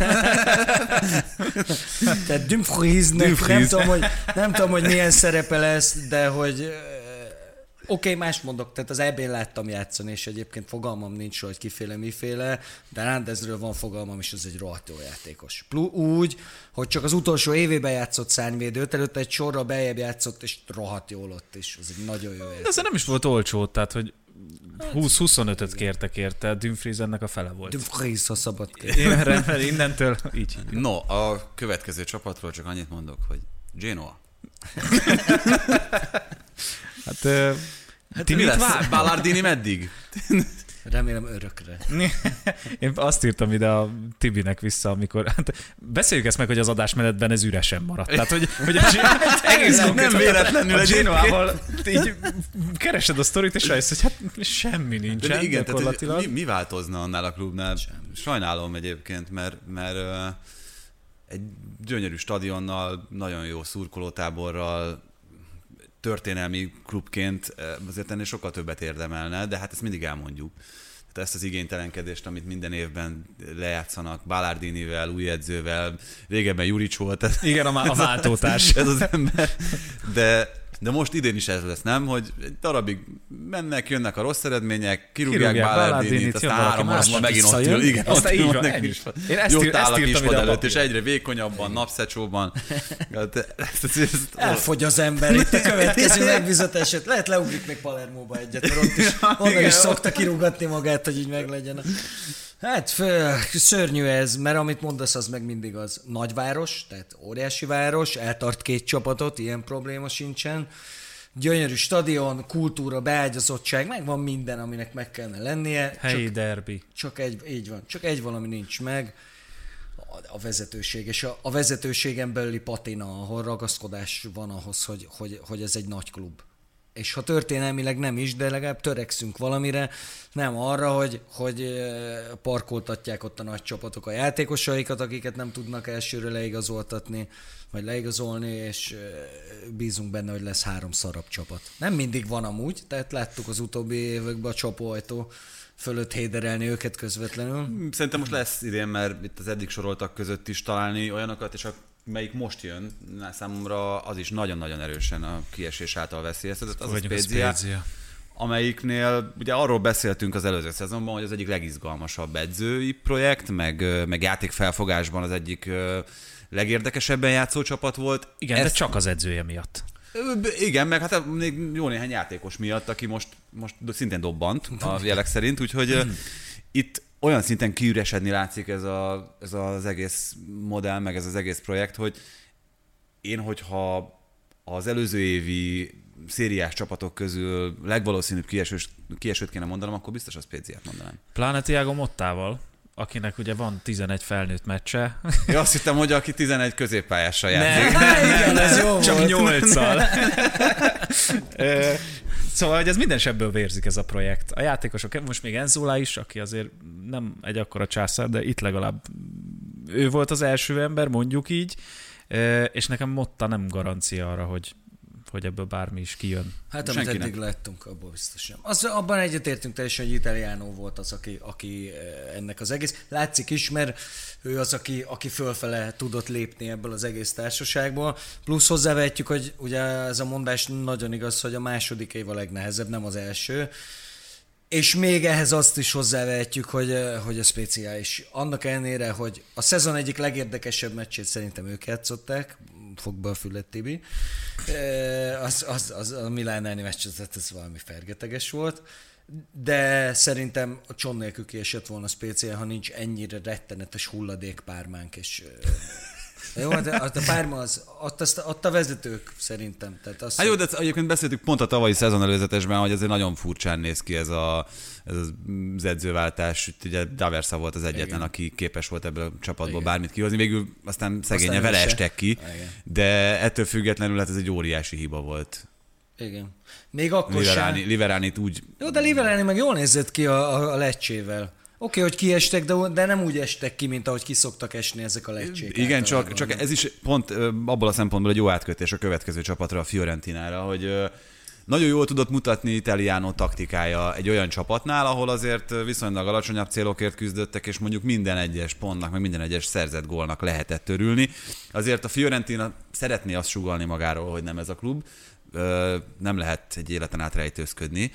te Dumfriesnek nem tudom, hogy, nem tudom, hogy milyen szerepe lesz, de hogy... Oké, okay, más mondok, tehát az é bén láttam játszani, és egyébként fogalmam nincs, hogy kiféle miféle, de Nandesről van fogalmam, és ez egy rohadt jó játékos. Plusz úgy, hogy csak az utolsó évében játszott szárnyvédőt, előtte egy sorra beljebb játszott, és rohadt jól ott is. Ez egy nagyon jó játékos. De ez nem is volt olcsó, tehát hogy húsz-huszonötöt kértek érte, Dumfries ennek a fele volt. Dumfries, ha szabad kérni. Innentől így. No, a következő csapatról csak annyit mondok, hogy Genoa. Hát, uh, hát ti mi lesz? Vár? Ballardini meddig? Remélem örökre. Én azt írtam ide a Tibinek vissza, amikor... Hát beszéljük ezt meg, hogy az adásmenetben ez üresen maradt. Tehát, hogy, hogy a egész nem, nem véletlenül a Genoával így keresed a sztorit, és rájössz, hogy hát semmi nincsen. De igen, tehát, mi, mi változna annál a klubnál? Semmi. Sajnálom egyébként, mert, mert uh, egy gyönyörű stadionnal, nagyon jó szurkolótáborral, történelmi klubként azért ennél sokkal többet érdemelne, de hát ezt mindig elmondjuk. Tehát ezt az igénytelenkedést, amit minden évben lejátszanak Ballardinivel, új edzővel, régebben Juric volt. Ez, igen, a, a váltótárs. Ez az ember. De de most idén is ez lesz, nem? Hogy egy darabig mennek, jönnek a rossz eredmények, kirúgják Kirúgják Ballardinit, aztán három órában megint ott ül. Igen, Aztán ott így ül van, neki ennyi. is. Én ezt Jót ír- áll ezt a írtam kispad ide a előtt, és papíron. egyre vékonyabban, napszecsóban. Elfogy az ember itt a következő megbizatását. Lehet leugrik még Palermóba egyet, mert ott is, onnan is szokta kirúgatni magát, hogy így meglegyen. a- Hát fő, szörnyű ez, mert amit mondasz, az meg mindig az nagyváros, tehát óriási város, eltart két csapatot, ilyen probléma sincsen. Gyönyörű stadion, kultúra, beágyazottság, megvan minden, aminek meg kellene lennie. Helyi Csak, derbi. csak egy, így van, csak egy valami nincs meg, a, a vezetőség, és a, a vezetőségen belüli patina, ahol ragaszkodás van ahhoz, hogy, hogy, hogy ez egy nagy klub. És ha történelmileg nem is, de legalább törekszünk valamire, nem arra, hogy, hogy eh, parkoltatják ott a nagy csapatok a játékosaikat, akiket nem tudnak elsőre leigazoltatni, vagy leigazolni, és eh, bízunk benne, hogy lesz három szarabb csapat. Nem mindig van amúgy, tehát láttuk az utóbbi években a csapóajtó fölött héderelni őket közvetlenül. Szerintem most lesz idén, mert itt az eddig soroltak között is találni olyanokat, és a melyik most jön, számomra az is nagyon-nagyon erősen a kiesés által veszélyeztetett, az a Spezia, amelyiknél ugye arról beszéltünk az előző szezonban, hogy az egyik legizgalmasabb edzői projekt, meg, meg játékfelfogásban az egyik legérdekesebben játszó csapat volt. Igen, Ez... de csak az edzője miatt. Igen, meg hát még jó néhány játékos miatt, aki most, most szintén dobbant a jelek szerint, úgyhogy itt olyan szinten kiüresedni látszik ez, a, ez az egész modell, meg ez az egész projekt, hogy én, hogyha az előző évi szériás csapatok közül legvalószínűbb kiesős, kiesőt kéne mondanom, akkor biztos a Speziát mondanám. Pláne Thiago Mottával, akinek ugye van tizenegy felnőtt meccse. Én azt hittem, hogy aki tizenegy középpályással játszik. Igen, ez jó Csak volt. nyolccal. Szóval, hogy ez minden sebből vérzik ez a projekt. A játékosok, most még Enzola is, aki azért nem egy akkora császár, de itt legalább ő volt az első ember, mondjuk így, és nekem Motta nem garancia arra, hogy, hogy ebből bármi is kijön. Hát amit Senkinek. eddig láttunk, abból biztos nem. Az, abban egyetértünk teljesen, hogy Italiano volt az, aki, aki ennek az egész. Látszik is, mert ő az, aki, aki fölfele tudott lépni ebből az egész társaságból. Plusz hozzávehetjük, hogy ugye ez a mondás nagyon igaz, hogy a második év a legnehezebb, nem az első. És még ehhez azt is hozzávehetjük, hogy, hogy a Spezia is. Annak ellenére, hogy a szezon egyik legérdekesebb meccsét szerintem ők játszották, fog be a fület, Tibi. Az, az, az a Milán elleni meccs, ez valami fergeteges volt. De szerintem a cson nélkül kiesett volna a Spezia, ha nincs ennyire rettenetes hulladékpármánk, és jó, de a párma az, ott, azt, ott a vezetők szerintem. Tehát azt, Hát jó, de egyébként beszéltük pont a tavalyi szezon előzetesben, hogy azért nagyon furcsán néz ki ez, a, ez az edzőváltás. Itt ugye Daversa volt az egyetlen, igen, aki képes volt ebből a csapatból igen. bármit kihozni. Végül aztán szegénye aztán vele estek ki, igen. de ettől függetlenül hát ez egy óriási hiba volt. Igen. Még akkor Liverani, sem. Liveránit úgy... Jó, de Liverani meg jól nézett ki a, a, a Lecsével. Oké, okay, hogy kiestek, de, de nem úgy estek ki, mint ahogy kiszoktak esni ezek a Lecsék. Igen, csak, csak ez is pont abból a szempontból egy jó átkötés a következő csapatra, a Fiorentinára, hogy nagyon jól tudott mutatni Italiano taktikája egy olyan csapatnál, ahol azért viszonylag alacsonyabb célokért küzdöttek, és mondjuk minden egyes pontnak, meg minden egyes szerzett gólnak lehetett örülni. Azért a Fiorentina szeretné azt sugallni magáról, hogy nem ez a klub, nem lehet egy életen át rejtőzködni.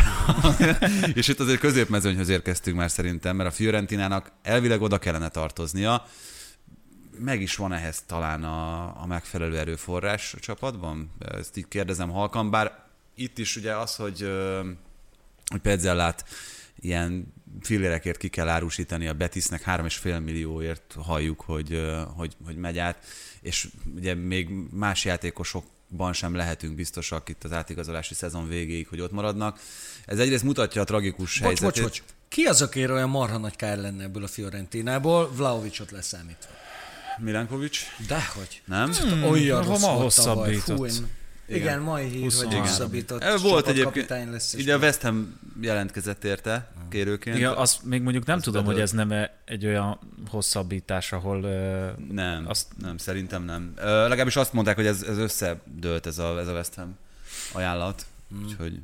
És itt azért középmezőnyhöz érkeztünk már szerintem, mert a Fiorentinának elvileg oda kellene tartoznia. Meg is van ehhez talán a, a megfelelő erőforrás a csapatban? Ezt így kérdezem halkan, bár itt is ugye az, hogy, hogy Pezzellát ilyen fillérekért ki kell árusítani a Betisnek, három és fél millióért halljuk, hogy, hogy, hogy megy át, és ugye még más játékosok ban sem lehetünk biztosak itt az átigazolási szezon végéig, hogy ott maradnak. Ez egyrészt mutatja a tragikus bocs, helyzetét. Bocs, bocs. Ki az, akire olyan marha nagy kár lenne ebből a Fiorentinából? Vlahovicsot leszámítva. Milankovic? Dehogy. Nem? Hmm, olyan rossz ma volt tavaly. hosszabbított. Fú, igen, mai hír, hogy hosszabbított. Volt egyébként, ugye a West Ham jelentkezett érte kérőként. Igen, azt még mondjuk nem azt tudom, bedölt. Hogy ez nem egy olyan hosszabbítás, ahol... Uh, nem, azt... nem, szerintem nem. Uh, legalábbis azt mondták, hogy ez, ez összedőlt ez a, ez a West Ham ajánlat. Hmm. Úgyhogy...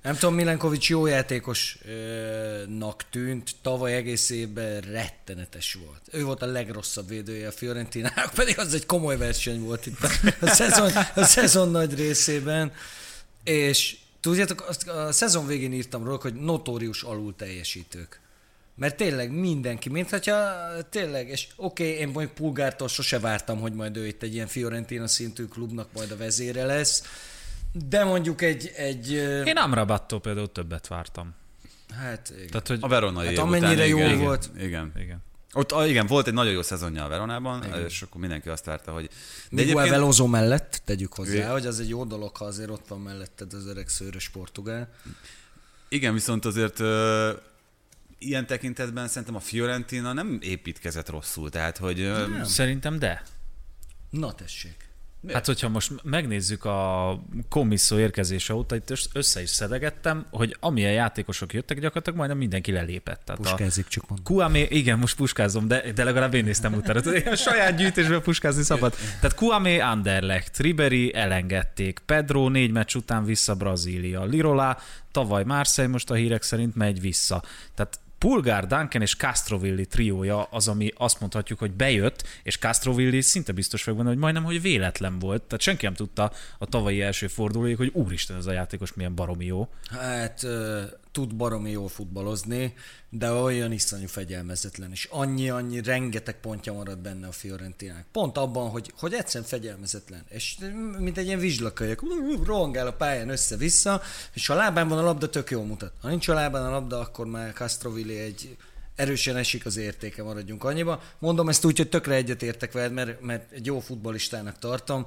Nem tudom, Milenkovic jó játékosnak tűnt, tavaly egész évben rettenetes volt. Ő volt a legrosszabb védője a Fiorentinának, pedig az egy komoly verseny volt itt a, a, szezon, a szezon nagy részében. És tudjátok, azt a szezon végén írtam róla, hogy notórius alul teljesítők. Mert tényleg mindenki, mintha tényleg, és oké, okay, én mondjuk Pulgártól sose vártam, hogy majd ő itt egy ilyen Fiorentina szintű klubnak majd a vezére lesz, de mondjuk egy... egy én Amrabattól például többet vártam. Hát igen. Tehát, hogy a veronai hát év amennyire után, jó igen, volt. Igen, igen. igen. Ott igen, volt egy nagyon jó szezonja a Veronában, igen. És akkor mindenki azt várta, hogy... De Miguel egyébként... Veloso mellett, tegyük hozzá, igen. Hogy az egy jó dolog, ha azért ott van melletted az öreg szőrös portugál. Igen, viszont azért... Uh... ilyen tekintetben szerintem a Fiorentina nem építkezett rosszul, tehát hogy... Nem. Szerintem de. Na tessék. Hát, hogyha most megnézzük a komisszó érkezése óta, itt össze is szedegettem, hogy amilyen játékosok jöttek, gyakorlatilag majdnem mindenki lelépett. Tehát puskázik, csak mondom. Kouamé, igen, most puskázom, de, de legalább én néztem utána. A saját gyűjtésben puskázni szabad. Tehát Kouamé Anderlecht, Ribéry elengedték, Pedro négy meccs után vissza Brazília, Lirola tavaly Marseille most a hírek szerint megy vissza. Tehát Pulgár, Duncan és Castrovilli triója az, ami azt mondhatjuk, hogy bejött, és Castrovilli szinte biztos vagyok benne, hogy majdnem, hogy véletlen volt. Tehát senki nem tudta a tavalyi első fordulóig, hogy úristen, ez a játékos milyen baromi jó. Hát uh, tud baromi jó futballozni, de olyan iszonyú fegyelmezetlen, és annyi-annyi, rengeteg pontja marad benne a Fiorentinának. Pont abban, hogy, hogy egyszerűen fegyelmezetlen, és mint egy ilyen vizslakölyök, rohangál a pályán össze-vissza, és ha a lábán van a labda, tök jól mutat. Ha nincs a lábán a labda, akkor már Castrovilli egy erősen esik az értéke, maradjunk annyiba. Mondom ezt úgy, hogy tökre egyetértek veled, mert, mert egy jó futballistának tartom,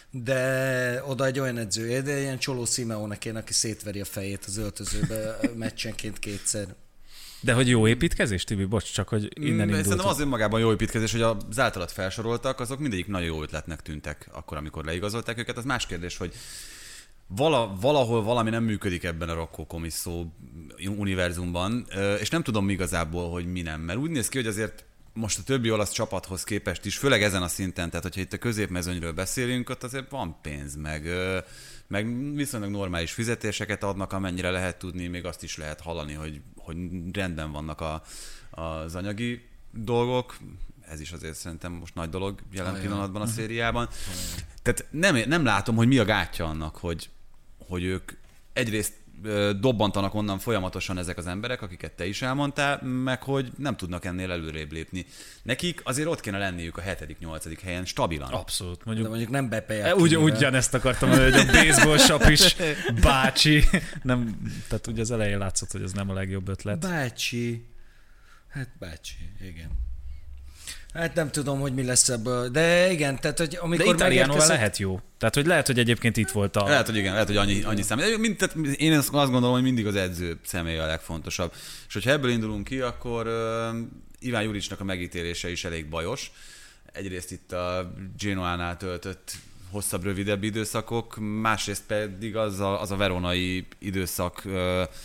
de oda egy olyan edző, de ilyen Csoló Simeónek én, aki szétveri a fejét az öltözőbe meccsenként kétszer. De hogy jó építkezés, Tibi? Bocs, csak hogy innen indultunk. Szerintem az önmagában jó építkezés, hogy az általad felsoroltak, azok mindegyik nagyon jó ötletnek tűntek akkor, amikor leigazolták őket. Az más kérdés, hogy vala, valahol valami nem működik ebben a Rocco Commisso univerzumban, és nem tudom igazából, hogy mi nem. Mert úgy néz ki, hogy azért most a többi olasz csapathoz képest is, főleg ezen a szinten, tehát hogyha itt a középmezőnyről beszélünk, ott azért van pénz, meg, meg viszonylag normális fizetéseket adnak, amennyire lehet tudni, még azt is lehet hallani, hogy, hogy rendben vannak a, az anyagi dolgok. Ez is azért szerintem most nagy dolog jelen Ajaj. pillanatban a szériában. Ajaj. Tehát nem, nem látom, hogy mi a gátja annak, hogy, hogy ők egyrészt dobbantanak onnan folyamatosan ezek az emberek, akiket te is elmondtál, meg hogy nem tudnak ennél előrébb lépni. Nekik azért ott kéne lenniük a hetedik nyolcadik helyen stabilan. Abszolút. Mondjuk, de mondjuk nem bepeják. Ugy, ugyanezt akartam mondani, hogy a baseball shop is bácsi. Nem, tehát ugye az elején látszott, hogy ez nem a legjobb ötlet. Bácsi. Hát bácsi, igen. Hát nem tudom, hogy mi lesz ebből, de igen, tehát hogy amikor de Italiánóval lehet jó. Tehát, hogy lehet, hogy egyébként itt volt a... Lehet, hogy igen, lehet, hogy annyi, annyi számít. Mind, tehát én azt gondolom, hogy mindig az edző személye a legfontosabb. És hogyha ebből indulunk ki, akkor uh, Iván Juricsnak a megítélése is elég bajos. Egyrészt itt a Genoánál töltött hosszabb, rövidebb időszakok, másrészt pedig az a, az a veronai időszak uh,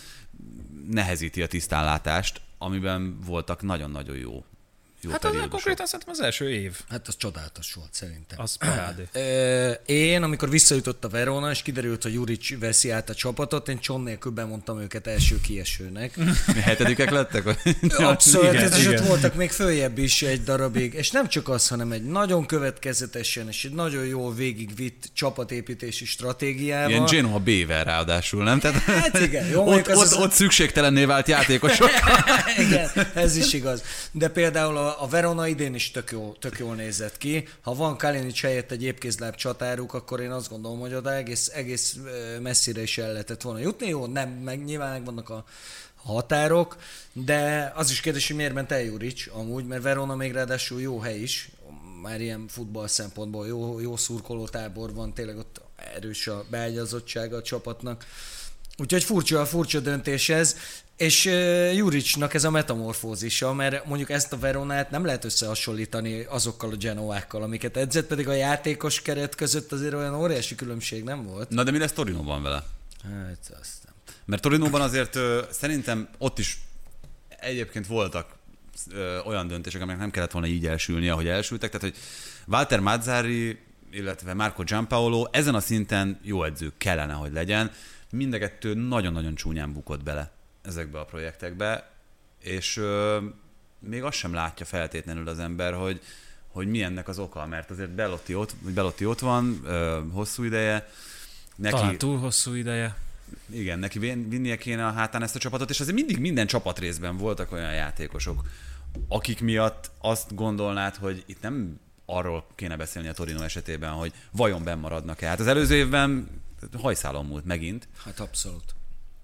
nehezíti a tisztánlátást, amiben voltak nagyon-nagyon jó. Hát az konkrétan szerintem az első év. Hát az csodálatos volt szerintem. Az parádé. Én, amikor visszajutott a Verona, és kiderült, hogy Juric veszi át a csapatot, én cson nélkül bemondtam őket első kiesőnek. Hetedikek lettek? Abszolút, igen, és ott voltak még följebb is egy darabig. És nem csak az, hanem egy nagyon következetesen, és egy nagyon jól végigvitt csapatépítési stratégiával. Ilyen Genoa B-vel ráadásul, nem? Tehát hát igen. Jó, ott, az ott, az... ott szükségtelenné vált játékosok. Igen, ez is igaz. De például a A Verona idén is tök, jó, tök jól nézett ki. Ha van Kalinic helyett egy épkézláb csatáruk, akkor én azt gondolom, hogy oda egész, egész messzire is el lehetett volna jutni. Jó, nem, meg nyilván megvannak a határok, de az is kérdés, hogy miért ment el Juric amúgy, mert Verona még ráadásul jó hely is, már ilyen futball szempontból jó, jó szurkoló tábor van, tényleg ott erős a beágyazottsága a csapatnak. Úgyhogy furcsa, furcsa döntés ez. És uh, Juricnak ez a metamorfózisa, mert mondjuk ezt a Veronát nem lehet összehasonlítani azokkal a Genoákkal, amiket edzett, pedig a játékos keret között azért olyan óriási különbség nem volt. Na de mi lesz Torinóban vele? Hát azt nem. Mert Torinóban azért uh, szerintem ott is egyébként voltak uh, olyan döntések, amelyek nem kellett volna így elsülni, ahogy elsültek. Tehát, hogy Walter Mazzarri, illetve Marco Giampaolo ezen a szinten jó edző kellene, hogy legyen, mind a kettő nagyon-nagyon csúnyán bukott bele ezekbe a projektekbe, és ö, még azt sem látja feltétlenül az ember, hogy, hogy mi ennek az oka, mert azért Belotti ott, Belotti ott van ö, hosszú ideje. Neki, Talán túl hosszú ideje. Igen, neki vinnie kéne a hátán ezt a csapatot, és azért mindig minden csapatrészben voltak olyan játékosok, akik miatt azt gondolnád, hogy itt nem arról kéne beszélni a Torino esetében, hogy vajon benn maradnak-e. Hát az előző évben hajszálon múlt megint. Hát abszolút.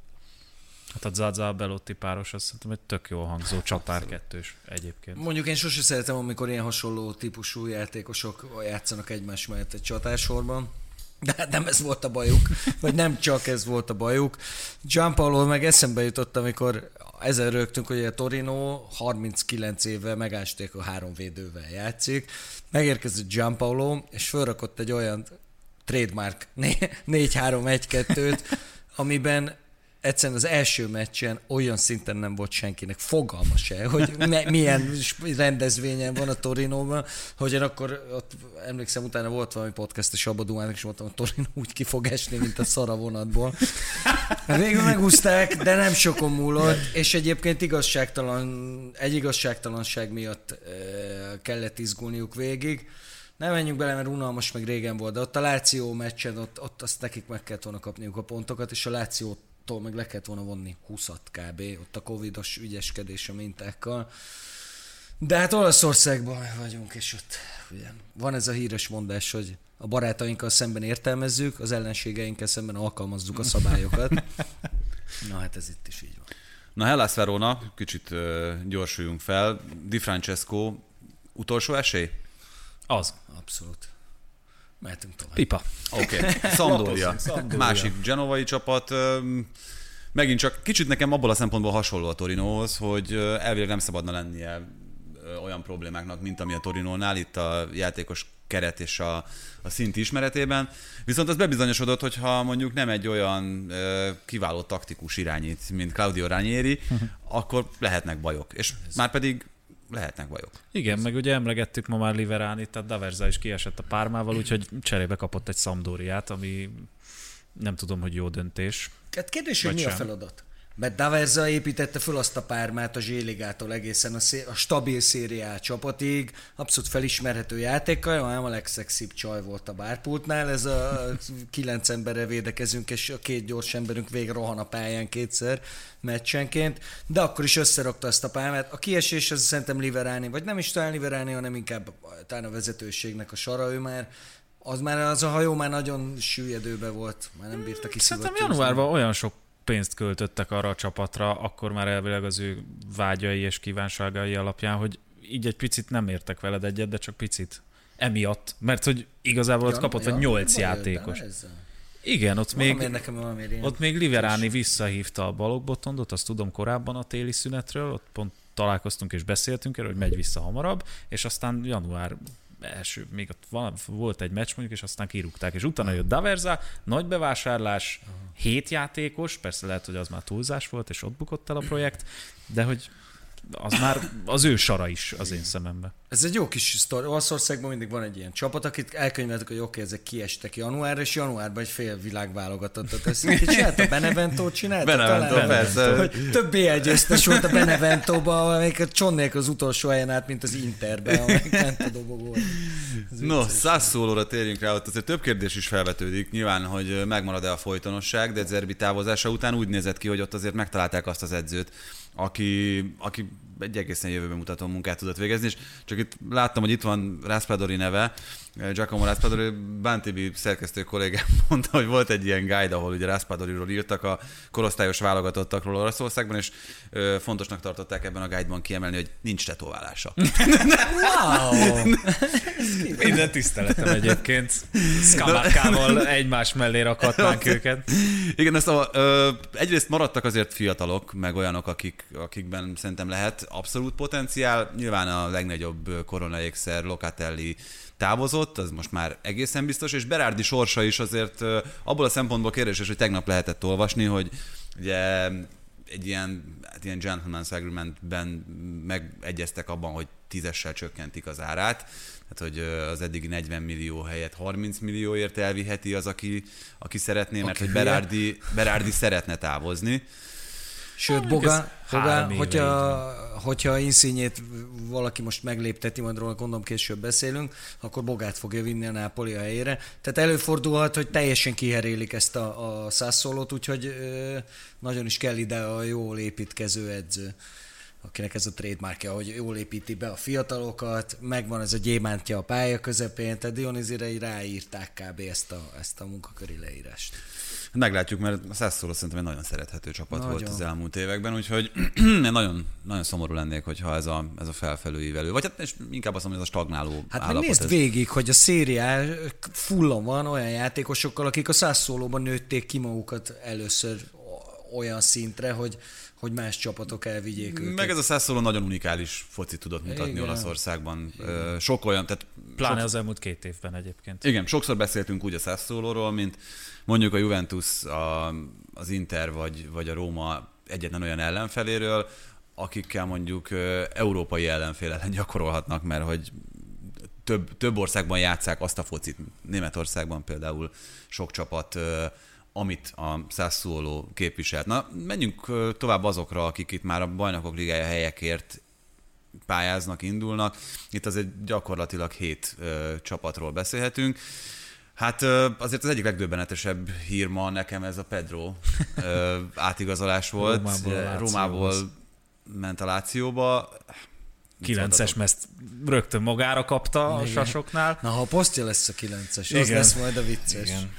Hát a Zaza Belotti páros, azt szerintem egy tök jól hangzó csapár kettős egyébként. Mondjuk én sose szeretem, amikor ilyen hasonló típusú játékosok játszanak egymás mellett egy csatársorban. De nem ez volt a bajuk, vagy nem csak ez volt a bajuk. Gianpaolo meg eszembe jutott, amikor ezen rögtünk, hogy a Torino harminckilenc éve megásték a három védővel játszik. Megérkezett Gianpaolo, és felrakott egy olyan trademark négy három egy kettőt, amiben egyszerűen az első meccsen olyan szinten nem volt senkinek fogalma se, hogy milyen rendezvényen van a Torinóban, hogy én akkor ott emlékszem, utána volt valami podcast a Sabadumának, és mondtam, hogy Torino úgy ki fog esni, mint a szar a vonatból. Végül megúszták, de nem sokon múlott, és egyébként igazságtalan, egy igazságtalanság miatt kellett izgulniuk végig. Nem menjünk bele, mert unalmas, meg régen volt, de ott a Láció meccsen, ott, ott azt nekik meg kellett volna kapniuk a pontokat, és a Lációt meg le kellett volna vonni húszat kb. Ott a covidos ügyeskedés a mintákkal. De hát Olaszországban vagyunk, és ott ugye, van ez a híres mondás, hogy a barátainkkal szemben értelmezzük, az ellenségeinkkel szemben alkalmazzuk a szabályokat. Na hát ez itt is így van. Na Hellas Verona, kicsit uh, gyorsuljunk fel. Di Francesco utolsó esély? Az. Abszolút. Mehetünk tovább. Pipa. Oké. Okay. Sampdoria. Másik genovai csapat. Megint csak kicsit nekem abból a szempontból hasonló a Torinóhoz, hogy elvileg nem szabadna lennie olyan problémáknak, mint ami a Torinónál, itt a játékos keret és a, a szint ismeretében. Viszont az bebizonyosodott, hogyha mondjuk nem egy olyan kiváló taktikus irányít, mint Claudio Ranieri, akkor lehetnek bajok. És már pedig lehetnek bajok. Igen, meg ugye emlegettük ma már Liveránit, tehát Daversa is kiesett a Pármával, úgyhogy cserébe kapott egy Sampdoriát, ami nem tudom, hogy jó döntés. Hát kérdés, hogy mi sem a feladat? Mert Daversa építette föl azt a Pármát a Zséligától egészen a, szé- a stabil szériá csapatig, abszolút felismerhető játékkal, nem a legszexibb csaj volt a bárpultnál, ez a kilenc emberre védekezünk, és a két gyors emberünk végre rohan a pályán kétszer meccsenként, de akkor is összerakta ezt a Pármát. A kiesés az szerintem Liverani, vagy nem is talán Liverani, hanem inkább talán a vezetőségnek a sara, ő már az már az a hajó már nagyon süllyedőbe volt, már nem bírta kiszivattyúzni. Szerintem januárban olyan sok pénzt költöttek arra a csapatra, akkor már elvileg az ő vágyai és kívánságai alapján, hogy így egy picit nem értek veled egyet, de csak picit. Emiatt, mert hogy igazából ja, ott kapott ja, nyolc játékos. Igen, ott még, ott még Liverani visszahívta a Balogh-Botondot, azt tudom korábban a téli szünetről, ott pont találkoztunk és beszéltünk erről, hogy megy vissza hamarabb, és aztán január első, még ott van, volt egy meccs mondjuk, és aztán kirúgták, és utána jött Daversa, nagy bevásárlás, uh-huh. hét játékos, persze lehet, hogy az már túlzás volt, és ott bukott el a projekt, de hogy az már az ő sara is az én szememben. Ez egy jó kis sztori. Olaszországban mindig van egy ilyen csapat, akit elkönyveltek, hogy oké, okay, ezek kiestek januárra, és januárban egy fél világválogatottat. Ezt csinált a Benevento csinálta? Benevento, talán, persze. Hogy több bé egy győztes volt a Beneventóban, amelyik a Csonnék az utolsó helyen át, mint az Interben, amelyik nem tudom, volt. No, Sassuolóra térjünk rá, ott azért több kérdés is felvetődik. Nyilván, hogy megmarad-e a folytonosság, de Zerbi távozása után úgy nézett ki, hogy ott azért megtalálták azt az edzőt, aki, aki egy egészen jövőben mutató munkát tudott végezni, és csak itt láttam, hogy itt van Raspadori neve, Giacomo Raspadori, Bantibi szerkesztő kollégám mondta, hogy volt egy ilyen guide, ahol ugye Raspadoriról írtak a korosztályos válogatottakról Olaszországban, és ö, fontosnak tartották ebben a guide-ban kiemelni, hogy nincs tetoválása. Wow! Minden tiszteletem egyébként. Szkamákkával egymás mellé rakhatnánk őket. Igen, ezt a, ö, egyrészt maradtak azért fiatalok, meg olyanok, akik, akikben szerintem lehet abszolút potenciál. Nyilván a legnagyobb koronaékszer Locatelli távozott, az most már egészen biztos, és Berardi sorsa is azért abból a szempontból kérdéses, hogy tegnap lehetett olvasni, hogy ugye egy ilyen, hát ilyen gentleman's agreementben megegyeztek abban, hogy tízessel csökkentik az árát, tehát hogy az eddigi negyven millió helyett harminc millióért elviheti az, aki, aki szeretné, mert okay, hogy Berardi, Berardi szeretne távozni. Sőt, Boga, Boga hogyha, hogyha Insigne-t valaki most meglépteti, majd róla gondolom később beszélünk, akkor Bogát fogja vinni a Napoli a helyére. Tehát előfordulhat, hogy teljesen kiherélik ezt a, a Sassuolót, úgyhogy ö, nagyon is kell ide a jól építkező edző, akinek ez a trademarkja, hogy jól építi be a fiatalokat, megvan ez a gyémántja a pálya közepén, tehát Dionizire ráírták kb. ezt a, ezt a munkaköri leírást. Meglátjuk, mert a Sassuolo szerintem egy nagyon szerethető csapat nagyon. volt az elmúlt években, úgyhogy nagyon, nagyon szomorú lennék, hogyha ez a, ez a felfelő ívelő, vagy hát és inkább azt mondom, hogy ez a stagnáló hát állapot. Hát nézd ez... végig, hogy a szériá fullon van olyan játékosokkal, akik a Sassuolóban nőtték ki magukat először olyan szintre, hogy hogy más csapatok elvigyék őket. Meg ez a Sassuolo nagyon unikális focit tudott mutatni igen. Olaszországban. Igen. Sok olyan, tehát... Pláne sok... az elmúlt két évben egyébként. Igen, sokszor beszéltünk úgy a Sassuolóról, mint mondjuk a Juventus, a, az Inter vagy, vagy a Róma egyetlen olyan ellenfeléről, akikkel mondjuk európai ellenfél ellen gyakorolhatnak, mert hogy több, több országban játsszák azt a focit. Németországban például sok csapat amit a Sassuolo képviselt. Na, menjünk tovább azokra, akik itt már a Bajnokok Ligája helyekért pályáznak, indulnak. Itt azért gyakorlatilag hét ö, csapatról beszélhetünk. Hát ö, azért az egyik legdöbbenetesebb hír ma nekem ez a Pedro ö, átigazolás volt. Rómából, Rómából ment a Lációba. kilences mezt rögtön magára kapta a sasoknál. Na, ha a posztja lesz a kilences, az lesz majd a vicces. Igen.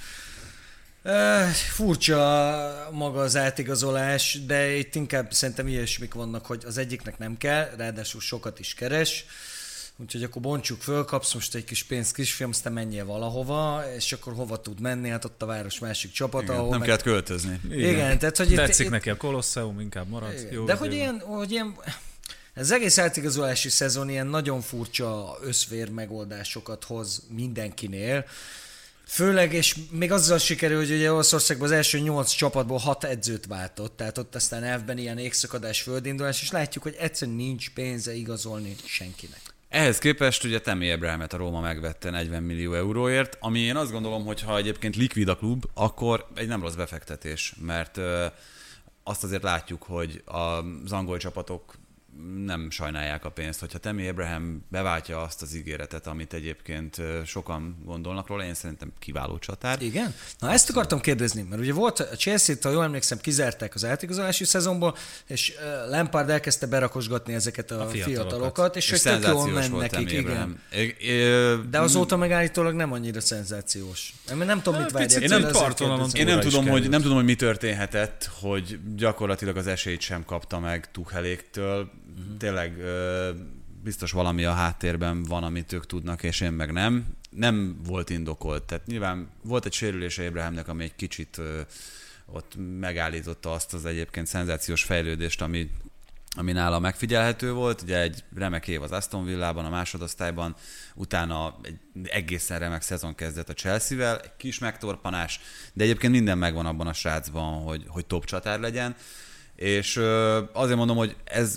Uh, furcsa maga az átigazolás, de itt inkább szerintem ilyesmik vannak, hogy az egyiknek nem kell, ráadásul sokat is keres, úgyhogy akkor bontsuk föl, kapsz most egy kis pénzt kisfiam, aztán menjél valahova, és akkor hova tud menni, hát ott a város másik csapata. Igen, nem meg... kellett költözni. Igen, igen tehát hogy tetszik itt, neki a Kolosseum, inkább marad. Jó, de hogy ilyen, hogy ilyen, ez egész átigazolási szezon ilyen nagyon furcsa összvér megoldásokat hoz mindenkinél. Főleg, és még azzal sikerül, hogy ugye Olaszországban az első nyolc csapatból hat edzőt váltott, tehát ott aztán elvben ilyen égszakadás, földindulás, és látjuk, hogy egyszerűen nincs pénze igazolni senkinek. Ehhez képest ugye Tammy Abrahamet a Róma megvette negyven millió euróért, ami én azt gondolom, hogy ha egyébként likvid a klub, akkor egy nem rossz befektetés, mert ö, azt azért látjuk, hogy az angol csapatok nem sajnálják a pénzt, hogyha Tammy Abraham beváltja azt az ígéretet, amit egyébként sokan gondolnak róla, én szerintem kiváló csatár. Igen? Na ezt akartam kérdezni, mert ugye volt a Chelsea-t, ha jól emlékszem, kizárták az átigazolási szezonból, és Lampard elkezdte berakosgatni ezeket a, a fiatalokat, fiatalokat, és, és hogy tök jól ment nekik. Igen. É, é, De azóta meg állítólag nem annyira szenzációs. Én nem tudom, mit várják. Én nem, én nem tudom, hogy, nem tudom, hogy mi történhetett, hogy gyakorlatilag az esélyt sem kapta meg Tucheléktől. Uh-huh. Tényleg biztos valami a háttérben van, amit ők tudnak, és én meg nem. Nem volt indokolt. Tehát nyilván volt egy sérülése Abrahamnek, ami egy kicsit ott megállította azt az egyébként szenzációs fejlődést, ami, ami nála megfigyelhető volt. Ugye egy remek év az Aston Villában, a másodosztályban, utána egy egészen remek szezon kezdett a Chelsea-vel, egy kis megtorpanás, de egyébként minden megvan abban a srácban, hogy, hogy top csatár legyen. És azért mondom, hogy ez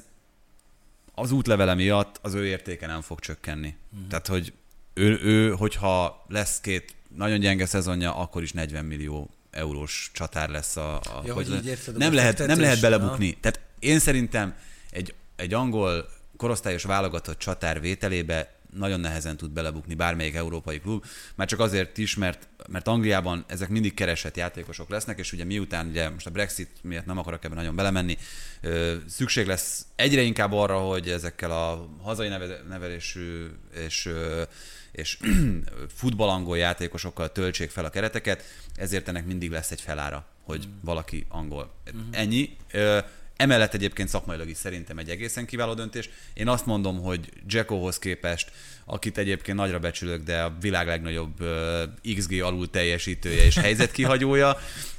az útlevele miatt az ő értéke nem fog csökkenni. Uh-huh. Tehát, hogy ő, ő, hogyha lesz két nagyon gyenge szezonja, akkor is negyven millió eurós csatár lesz. A, a, ja, hogy hogy érted, nem, lehet, nem lehet belebukni. Na. Tehát én szerintem egy, egy angol korosztályos válogatott csatár vételébe nagyon nehezen tud belebukni bármelyik európai klub, már csak azért is, mert, mert Angliában ezek mindig keresett játékosok lesznek, és ugye miután ugye most a Brexit miatt nem akarok ebben nagyon belemenni, szükség lesz egyre inkább arra, hogy ezekkel a hazai nevelésű és, és futballangol játékosokkal töltsék fel a kereteket, ezért ennek mindig lesz egy felára, hogy valaki angol. Ennyi. Emellett egyébként szakmailag is szerintem egy egészen kiváló döntés. Én azt mondom, hogy Dzekohoz képest, akit egyébként nagyra becsülök, de a világ legnagyobb uh, iksz gé alul teljesítője és helyzetkihagyója,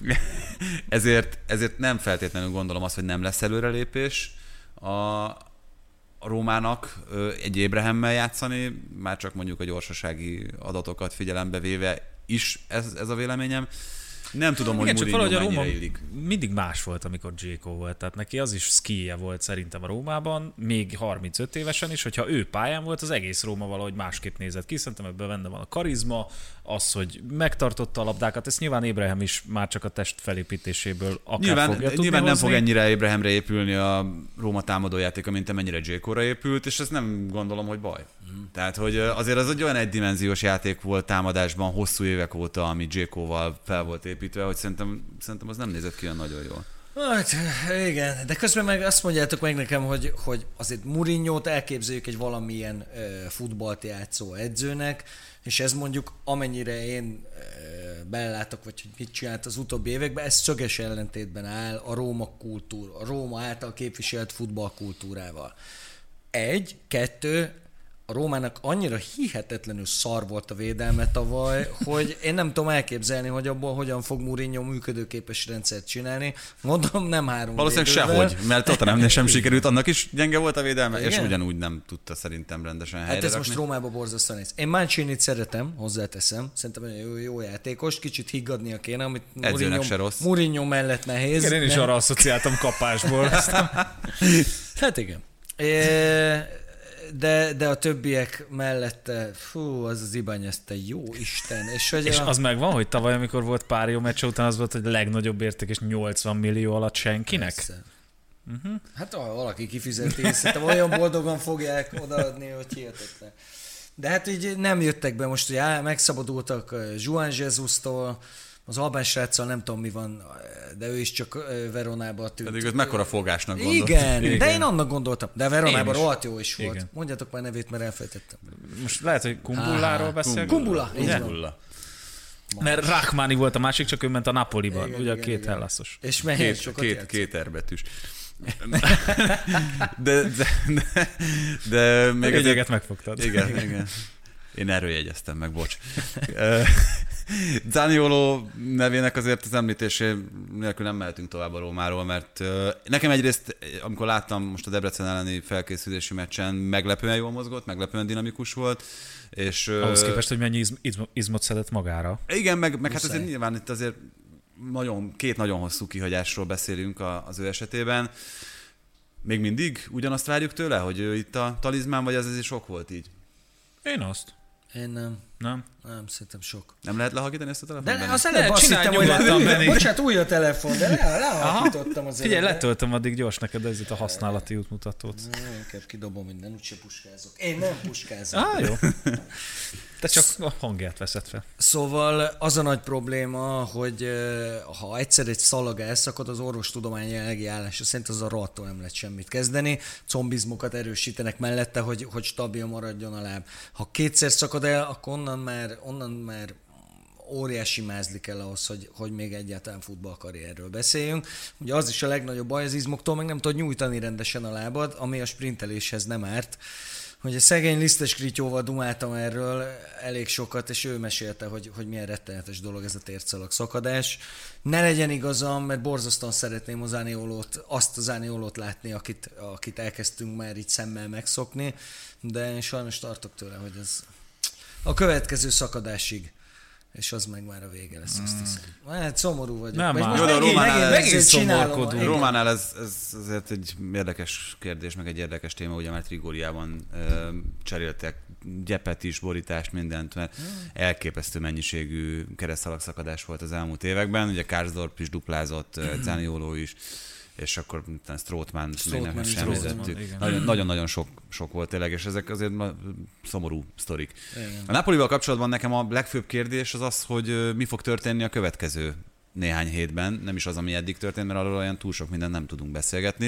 ezért, ezért nem feltétlenül gondolom azt, hogy nem lesz előrelépés a, a Rómának uh, egy Abraham-mel játszani, már csak mondjuk a gyorsasági adatokat figyelembe véve is ez, ez a véleményem. Nem tudom, hogy igen, csak Mourinho valahogy a mennyire Róma illik. mindig más volt, amikor Dzeko volt. Tehát neki az is skije volt szerintem a Rómában, még harmincöt évesen is, hogyha ő pályán volt, az egész Róma valahogy másképp nézett ki. Szerintem ebben benne van a karizma, az, hogy megtartotta a labdákat. Ezt nyilván Ébrahim is már csak a test felépítéséből akár Nyilván, fogja tudni nyilván nem hozni. fog ennyire Ébrahimre épülni a Róma támadójátéka, mint amennyire Dzekóra épült, és ezt nem gondolom, hogy baj. Mm. Tehát, hogy azért az egy olyan egydimenziós játék volt támadásban hosszú évek óta, ami Dzekóval fel volt építve, hogy szerintem, szerintem az nem nézett ki olyan nagyon jól. Hát, igen, de közben meg azt mondjátok meg nekem, hogy, hogy azért Mourinho-t elképzeljük egy valamilyen uh, futballt játszó edzőnek, és ez mondjuk amennyire én uh, belelátok, vagy hogy mit csinált az utóbbi években, ez szöges ellentétben áll a Róma kultúra, a Róma által képviselt futballkultúrával. Egy, kettő, a Rómának annyira hihetetlenül szar volt a védelme tavaly, hogy én nem tudom elképzelni, hogy abból hogyan fog Mourinho működőképes rendszert csinálni. Mondom, nem három Valószínűleg védővel. sehogy, mert Tottenhamnél sem sikerült, annak is gyenge volt a védelme, Igen? és ugyanúgy nem tudta szerintem rendesen helyre Hát ez rakni. most Rómában borzasztóan néz. Én Mancinit szeretem, hozzáteszem. Szerintem egy jó, jó játékos, kicsit higgadnia kéne, amit Edzőnek se rossz. Mourinho mellett nehéz. Igen, én is de- arra asszociáltam kapásból. Hát igen. É, de, de a többiek mellette, fú, az az Ibáñez, te jó Isten. És, hogy És a... az megvan, hogy tavaly, amikor volt pár jó meccs után, az volt, hogy a legnagyobb érték, és nyolcvan millió alatt senkinek? Uh-huh. Hát ha valaki kifizeti, szerintem olyan boldogan fogják odaadni, hogy hihetetlen. De hát így nem jöttek be most, hogy á, megszabadultak Juan Jesus-tól, az albán sráccal nem tudom mi van, de ő is csak Veronába tűnt. Pedig őt mekkora fogásnak gondolt. Igen, Igen. de én annak gondoltam. De Veronában Én is. rohadt jó is volt. Igen. Mondjátok már nevét, mert elfejtettem. Most lehet, hogy Kumbulláról beszélünk? Kumbula, így van. Kumbula. Mert Rahmani volt a másik, csak ő ment a Napoliban, Igen, ugye a igen, két igen. hellaszos. És melyik Két, sokat két, játszott. két erbetűs. De, de, de, de még Még egyeget megfogtad. Igen, igen. Én erről jegyeztem meg, bocs. Zanioló nevének azért az említésé nélkül nem mehetünk tovább a Rómáról, mert nekem egyrészt, amikor láttam most a Debrecen elleni felkészülési meccsen, meglepően jól mozgott, meglepően dinamikus volt. És, Ahhoz képest, hogy mennyi izm- izm- izmot szedett magára. igen, meg, meg hát azért nyilván itt azért nagyon, két nagyon hosszú kihagyásról beszélünk a, az ő esetében. Még mindig ugyanazt várjuk tőle, hogy ő itt a talizmán, vagy ez, ez is sok volt így? Én azt. Én nem. Nem? Nem, szerintem sok. Nem lehet lehakítani ezt a telefont? De benne? az előbb azt csinálj hittem, hogy nyugodtan, le... Benni. Bocsánat, új a telefon, de le, lehallgatottam az Figyelj, előbb. letöltöm addig gyors neked ezért a használati útmutatót. Ne, inkább kidobom minden, úgyse puskázok. Én nem puskázok. Á, jó. Te csak a hangját veszed fel. Szóval az a nagy probléma, hogy eh, ha egyszer egy szalag elszakad, az orvostudomány jelenlegi állása szerint az a rohadtól nem lehet semmit kezdeni. Combizmokat erősítenek mellette, hogy, hogy stabil maradjon a láb. Ha kétszer szakad el, akkor onnan már, onnan már óriási mázli kell ahhoz, hogy, hogy még egyáltalán futballkarrierről beszéljünk. Ugye az is a legnagyobb baj az izmoktól, meg nem tudod nyújtani rendesen a lábad, ami a sprinteléshez nem árt. Hogy a szegény Lisztes Krityóval dumáltam erről elég sokat, és ő mesélte, hogy, hogy milyen rettenetes dolog ez a térdszalag szakadás. Ne legyen igazam, mert borzasztóan szeretném az Zaniolót, azt a Zaniolót látni, akit, akit elkezdtünk már így szemmel megszokni, de én sajnos tartok tőle, hogy ez a következő szakadásig, és az meg már a vége lesz, azt hiszem. Hát szomorú vagyok. Nem Vagy már. most Jó, de a megint- Rómánál megint ez- ezért csinálom, szomorkodunk. igen. Rómánál ez, ez azért egy érdekes kérdés, meg egy érdekes téma, ugye mert Trigóriában ö, cseréltek gyepet is, borítást, mindent, mert elképesztő mennyiségű keresztszalagszakadás volt az elmúlt években. Ugye Karsdorp is duplázott, Zanioló is, és akkor utána Strootman még nem is, sem Strootman, vezettük. igen. Nagyon, nagyon-nagyon sok, sok volt tényleg, és ezek azért ma szomorú sztorik. Igen. A Napolival kapcsolatban nekem a legfőbb kérdés az az, hogy ö, mi fog történni a következő néhány hétben, nem is az, ami eddig történt, mert arról olyan túl sok mindent nem tudunk beszélgetni.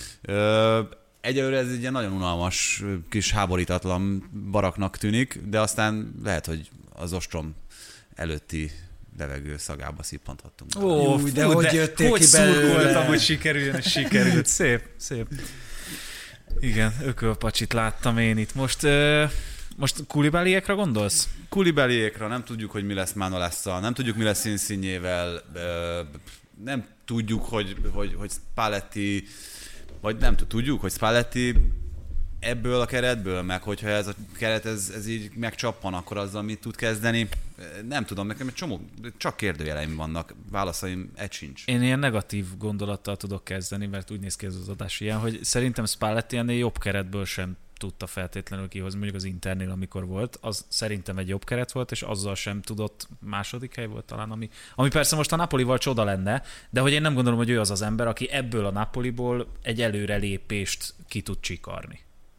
Ö, Egyelőre ez egy ilyen nagyon unalmas, kis háborítatlan baraknak tűnik, de aztán lehet, hogy az ostrom előtti levegő szagába szippanthattunk. Ó, Jó, de hogy jöttél hogy ki belőle? szurkoltam, hogy sikerüljön, és sikerült. Szép, szép. Igen, ökölpacsit láttam én itt. Most, uh, most Koulibalyékra gondolsz? Koulibalyékra nem tudjuk, hogy mi lesz Manolásszal, nem tudjuk, mi lesz Insignével, nem tudjuk, hogy, hogy, hogy Spalletti, vagy nem tudjuk, hogy Spalletti ebből a keretből, meg hogyha ez a keret ez, ez így megcsappan, akkor azzal mit tud kezdeni? Nem tudom, nekem egy csomó, csak kérdőjeleim vannak, válaszaim egy sincs. Én ilyen negatív gondolattal tudok kezdeni, mert úgy néz ki ez az adás ilyen, hogy szerintem Spalletti ennél jobb keretből sem tudta feltétlenül kihozni, mondjuk az Internél, amikor volt, az szerintem egy jobb keret volt, és azzal sem tudott, második hely volt talán, ami, ami persze most a Napolival csoda lenne, de hogy én nem gondolom, hogy ő az az ember, aki ebből a Napoliból egy előrelépést ki tud csikarni.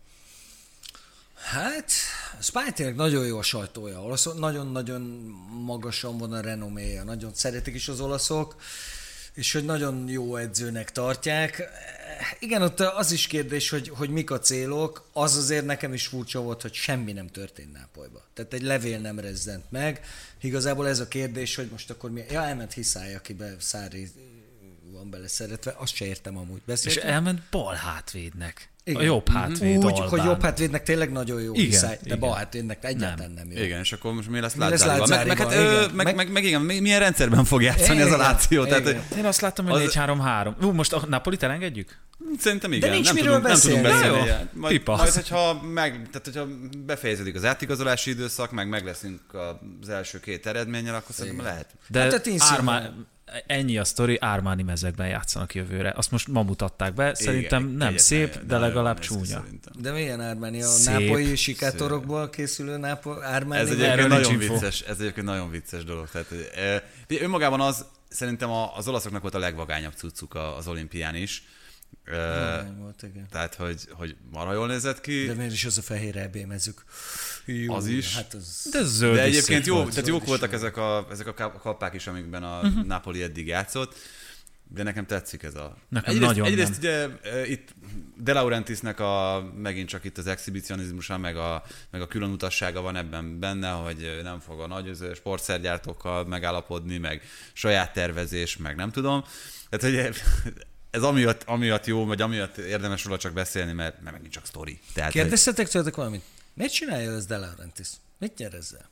Hát, Spallettinek nagyon jó a sajtója, olasz, nagyon-nagyon magasan van a renoméja, nagyon szeretik is az olaszok, és hogy nagyon jó edzőnek tartják. Igen, ott az is kérdés, hogy, hogy mik a célok, az azért nekem is furcsa volt, hogy semmi nem történt Nápolyba. Tehát egy levél nem rezzent meg. Igazából ez a kérdés, hogy most akkor mi... Ja, elment Hiszály, akiben Sarri van bele szeretve, azt se értem amúgy. Beszéltem? És elment bal hátvédnek. Igen. A jobb hátvéd Úgy, Albán. hogy jobb hátvédnek tényleg nagyon jó Igen, Hiszály, de igen. bal hátvédnek egyáltalán nem, nem jó. Igen, és akkor most mi lesz Mi lesz Lazzárival? Meg, meg, hát, ö, igen. meg, Meg- meg, meg igen, milyen rendszerben fog játszani Igen, ez a Láció? igen. Tehát, hogy Én azt láttam, hogy Az- négy három három. Ú, most a Napolit elengedjük? szerintem igen. nincs nem miről tudunk, nem tudunk beszélni. beszélni. Na jó. Majd, Pipa. majd, hogyha, meg, tehát, hogyha befejeződik az átigazolási időszak, meg meg leszünk az első két eredménnyel, akkor szerintem lehet. De Hát a Tinszínben- Ármá... ennyi a sztori, Ármáni mezekben játszanak jövőre. Azt most ma mutatták be, szerintem Igen, nem egyet- szép, nagyon- de nagyon legalább jól néz ki csúnya. szerintem. De milyen Ármáni? A Szép, nápolyi sikátorokból készülő nápolyi Ármáni? Ez Erről egyébként nincs nagyon info. vicces, ez egyébként nagyon vicces dolog. Tehát, eh, önmagában az, szerintem a- az olaszoknak volt a legvagányabb cuccuk a- az olimpián is. Eh, Vagány volt, igen. tehát, hogy, hogy marha jól nézett ki. De miért is az a fehér é bé-mezük? Jó, Az is. Hát az... De zöld De is egyébként szép jó, volt. tehát jók voltak ezek a, ezek a kap- kappák is, amikben a uh-huh. Napoli eddig játszott, de nekem tetszik ez a... Nekem egyrészt, nagyon egyrészt nem. ugye e, itt De Laurentiisnek a, megint csak itt az exhibicionizmusa, meg a, meg a külön utassága van ebben benne, hogy nem fog a nagy sportszergyártókkal megállapodni, meg saját tervezés, meg nem tudom. Tehát, hogy ez amiatt, amiatt jó, vagy amiatt érdemes róla csak beszélni, mert, mert megint csak sztori. Tehát, hogy- Kérdeztetek tőletek valamit? Miért csinálja ez De Laurentiis? Mit nyer ezzel?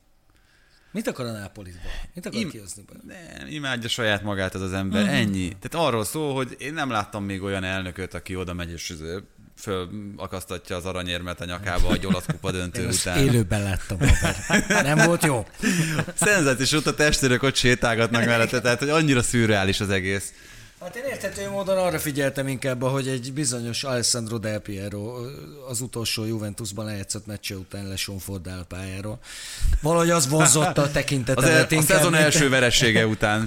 Mit akar a Nápolitból? Mit akar Im- kihozni belőle? Nem, imádja saját magát az az ember, uh-huh. ennyi. Tehát arról szól, hogy én nem láttam még olyan elnököt, aki oda megy és fölakasztatja az aranyérmet a nyakába egy olasz kupa döntő Én azt után. élőben láttam, haver. Nem volt jó? Szenzációs, ott a testvérek ott sétálgatnak mellette, tehát hogy annyira szürreális az egész. Hát én érthető módon arra figyeltem inkább, hogy egy bizonyos Alessandro Del Piero az utolsó Juventusban lejátszott meccse után lesonfordál a pályáról. Valahogy az vonzotta a Az tekintetemet el, a inkább. szezon mint- első veresége után.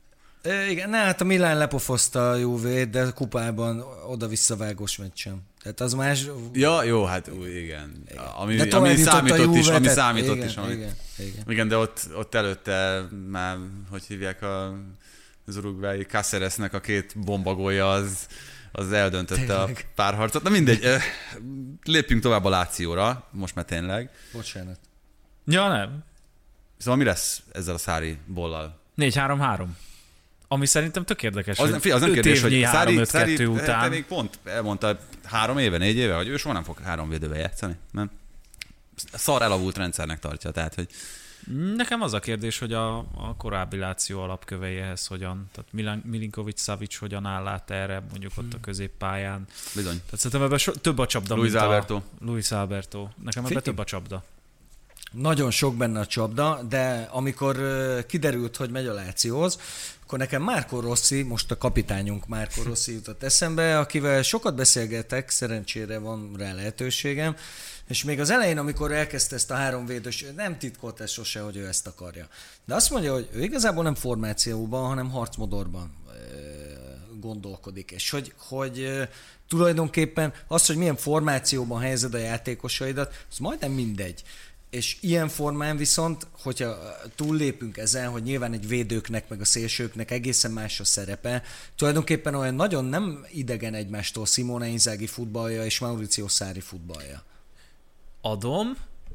E, igen, ne, hát a Milán lepofozta a Juvét, de a kupában oda-visszavágós meccsen. Tehát az más... Ja, jó, hát ú, igen. Ami, De tovább ami jutott a számított is, Juve, ami tehát- számított igen, is. Ami, igen, igen. igen, de ott, ott előtte már, hogy hívják a, az urugvái Cáceresnek a két bombagolja, az, az eldöntötte Tényleg. a párharcot. Na mindegy, eh, lépjünk tovább a Lációra, most már tényleg. Bocsánat. Ja, nem. Szóval mi lesz ezzel a Szári bollal? négy három három. Ami szerintem tök érdekes, Az, hogy nem, fia, az nem öt kérdés, évnyi hogy három Szári, öt Szári kettő te után. még pont elmondta három éve, négy éve, hogy ő soha nem fog három védővel játszani, nem? Szar elavult rendszernek tartja, tehát, hogy Nekem az a kérdés, hogy a, a korábbi Láció alapköveihez hogyan, tehát Milan, Milinkovic, Savic hogyan áll át erre, mondjuk ott a középpályán. bizony. Tehát szerintem ebben so, több a csapda, Luis mint Alberto. a... Luis Alberto. Nekem ebben Figyelj. több a csapda. Nagyon sok benne a csapda, de amikor ö, kiderült, hogy megy a Lációhoz, akkor nekem Marco Rossi, most a kapitányunk Marco Rossi jutott eszembe, akivel sokat beszélgetek, szerencsére van rá lehetőségem, és még az elején, amikor elkezdte ezt a háromvédős, nem titkolt ez sose, hogy ő ezt akarja. De azt mondja, hogy ő igazából nem formációban, hanem harcmodorban ö, gondolkodik, és hogy, hogy ö, tulajdonképpen az, hogy milyen formációban helyezed a játékosaidat, az majdnem mindegy. És ilyen formán viszont, hogyha túllépünk ezen, hogy nyilván egy védőknek, meg a szélsőknek egészen más a szerepe, tulajdonképpen olyan nagyon nem idegen egymástól Simone Inzaghi futballja és Maurizio Sarri futballja. Adom,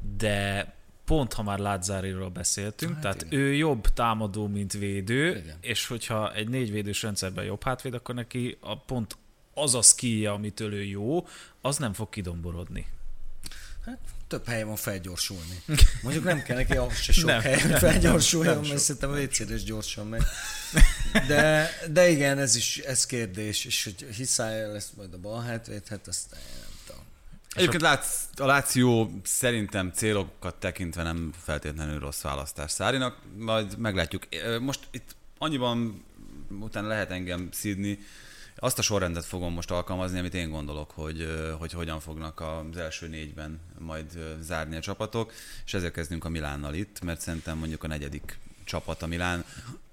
de pont ha már Lazzariról beszéltünk, hát tehát igen. Ő jobb támadó, mint védő, igen. És hogyha egy négyvédős rendszerben jobb hátvéd, akkor neki a pont az a skillje, amitől ő jó, az nem fog kidomborodni. Hát több helyen van felgyorsulni. Mondjuk nem kell neki ahhoz se sok Nem, helyen nem, felgyorsuljon, nem mert sok. szerintem a vécédes gyorsan megy. De, de igen, ez is ez kérdés, és hogy Hiszály lesz majd a bal hátvéd, hát azt nem tudom. Egyébként látsz, a Láció szerintem célokat tekintve nem feltétlenül rossz választás Sarrinak, majd meglátjuk. Most itt annyiban utána lehet engem szídni, azt a sorrendet fogom most alkalmazni, amit én gondolok, hogy, hogy hogyan fognak az első négyben majd zárni a csapatok, és ezért kezdünk a Milánnal itt, mert szerintem mondjuk a negyedik csapat a Milán.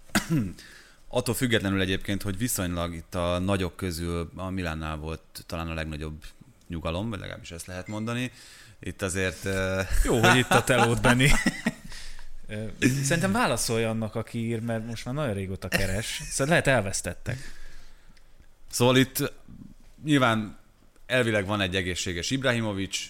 Attól függetlenül egyébként, hogy viszonylag itt a nagyok közül a Milánnál volt talán a legnagyobb nyugalom, vagy legalábbis ezt lehet mondani. Itt azért... Jó, hogy itt a telót, Benni. Szerintem válaszolj annak, aki ír, mert most már nagyon régóta keres. Szóval lehet elvesztettek. Szóval itt nyilván elvileg van egy egészséges Ibrahimovics,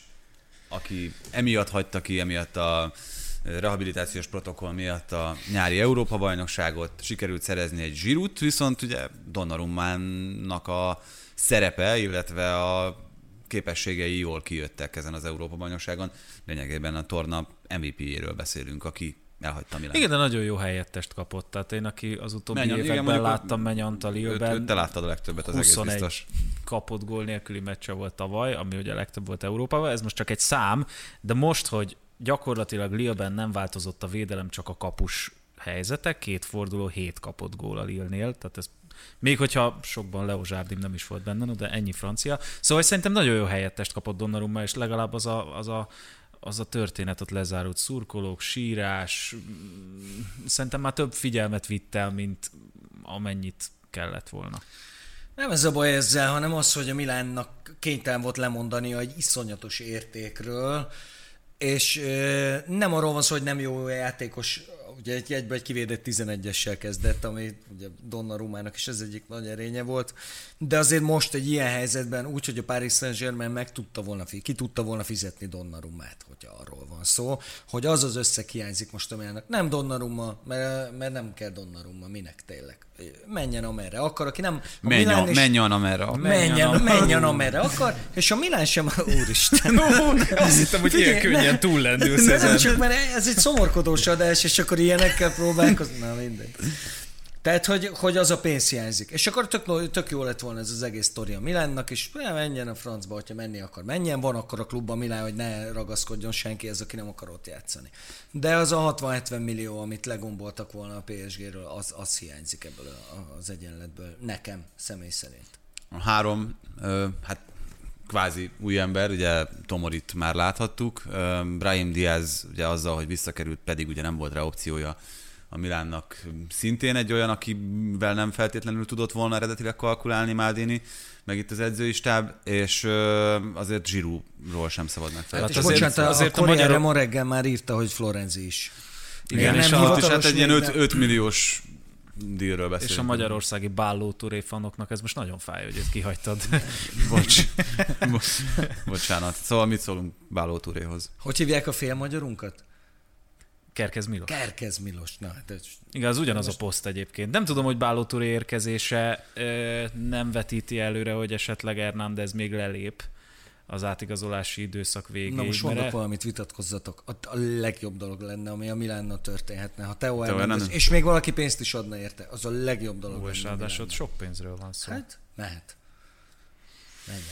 aki emiatt hagyta ki, emiatt a rehabilitációs protokoll miatt a nyári Európa-bajnokságot, sikerült szerezni egy Giroud, viszont ugye Donnarummának a szerepe, illetve a képességei jól kijöttek ezen az Európa-bajnokságon. Lényegében a torna em vé pé-jéről beszélünk, aki elhagyta Milánt. Igen, de nagyon jó helyettest kapott. Tehát én, aki az utóbbi Menyan, években igen, láttam Menyant a Lille-ben. Te láttad a legtöbbet, az egész biztos. kapott gól nélküli meccse volt tavaly, ami ugye a legtöbb volt Európában. Ez most csak egy szám, de most, hogy gyakorlatilag Lille-ben nem változott a védelem, csak a kapus helyzetek, két forduló, hét kapott gól a Lille-nél, tehát ez még hogyha sokban Leo Jardim nem is volt benne, de ennyi francia. Szóval szerintem nagyon jó helyettest kapott Donnarumma, és legalább az a, az a, az a történet ott lezárult, szurkolók, sírás, szerintem már több figyelmet vitt el, mint amennyit kellett volna. Nem ez a baj ezzel, hanem az, hogy a Milánnak kénytelen volt lemondani egy iszonyatos értékről, és euh, nem arról van szó, hogy nem jó játékos, ugye egy egyben egy kivédett tizenegyessel kezdett, ami ugye Donnarummának is ez egyik nagy erénye volt, de azért most egy ilyen helyzetben úgy, hogy a Paris Saint-Germain meg tudta volna, ki tudta volna fizetni Donnarummát, hogyha arról van szó, hogy az az összeg hiányzik most a Milánnak. Nem Donnarumma, mert, mert nem kell Donnarumma, minek tényleg. Menjen amerre akar, aki nem... Menjen, Milán is, menjen amerre akar. Menjen, menjen amerre akar, és a Milán sem... Úristen! Azt hittem, hogy ilyen könnyen túllendülsz ezen. Nem, csak mert ez egy szomorkodós adás, és akkor ilyenekkel próbálkozni. Na mindegy. Tehát, hogy, hogy az a pénz hiányzik. És akkor tök, tök jó lett volna ez az egész sztori a Milánnak, és menjen a francba, hogyha menni akar, menjen. Van akkor a klubban Milán, hogy ne ragaszkodjon senki, ez aki nem akar ott játszani. De az a hatvan-hetven millió, amit legomboltak volna a pé es gé-ről, az, az hiányzik ebből az egyenletből. Nekem, személy szerint. A három, hát kvázi új ember, ugye Tomorit már láthattuk. Brahim Diaz ugye azzal, hogy visszakerült, pedig ugye nem volt rá opciója a Milánnak, szintén egy olyan, akivel nem feltétlenül tudott volna eredetileg kalkulálni Maldini, meg itt az edzői stáb, és azért Giroudról sem szabad megfelelni. Hát és bocsánat, azért a Corriere ma reggel már írta, hogy Florenzi is. Igen, Igen, és nem ott is hát egy ilyen öt de... milliós dílről beszélünk. És a magyarországi Báló Touré fanoknak ez most nagyon fáj, hogy ezt kihagytad. Bocs. Bocsánat. Szóval mit szólunk Báló Touréhoz? Hogy hívják a félmagyarunkat? Kerkez Milos. Kerkez Milos, na. De... Igen, az ugyanaz most... a poszt egyébként. Nem tudom, hogy Báló Touré érkezése ö, nem vetíti előre, hogy esetleg Hernández még lelép az átigazolási időszak végéig. Na most mondok mert... valamit, vitatkozzatok. A, a legjobb dolog lenne, ami a Milánnal történhetne. Ha Theo Hernández, és még valaki pénzt is adna érte, az a legjobb dolog. Ó, és ráadásul sok pénzről van szó. Hát, mehet. Menjen.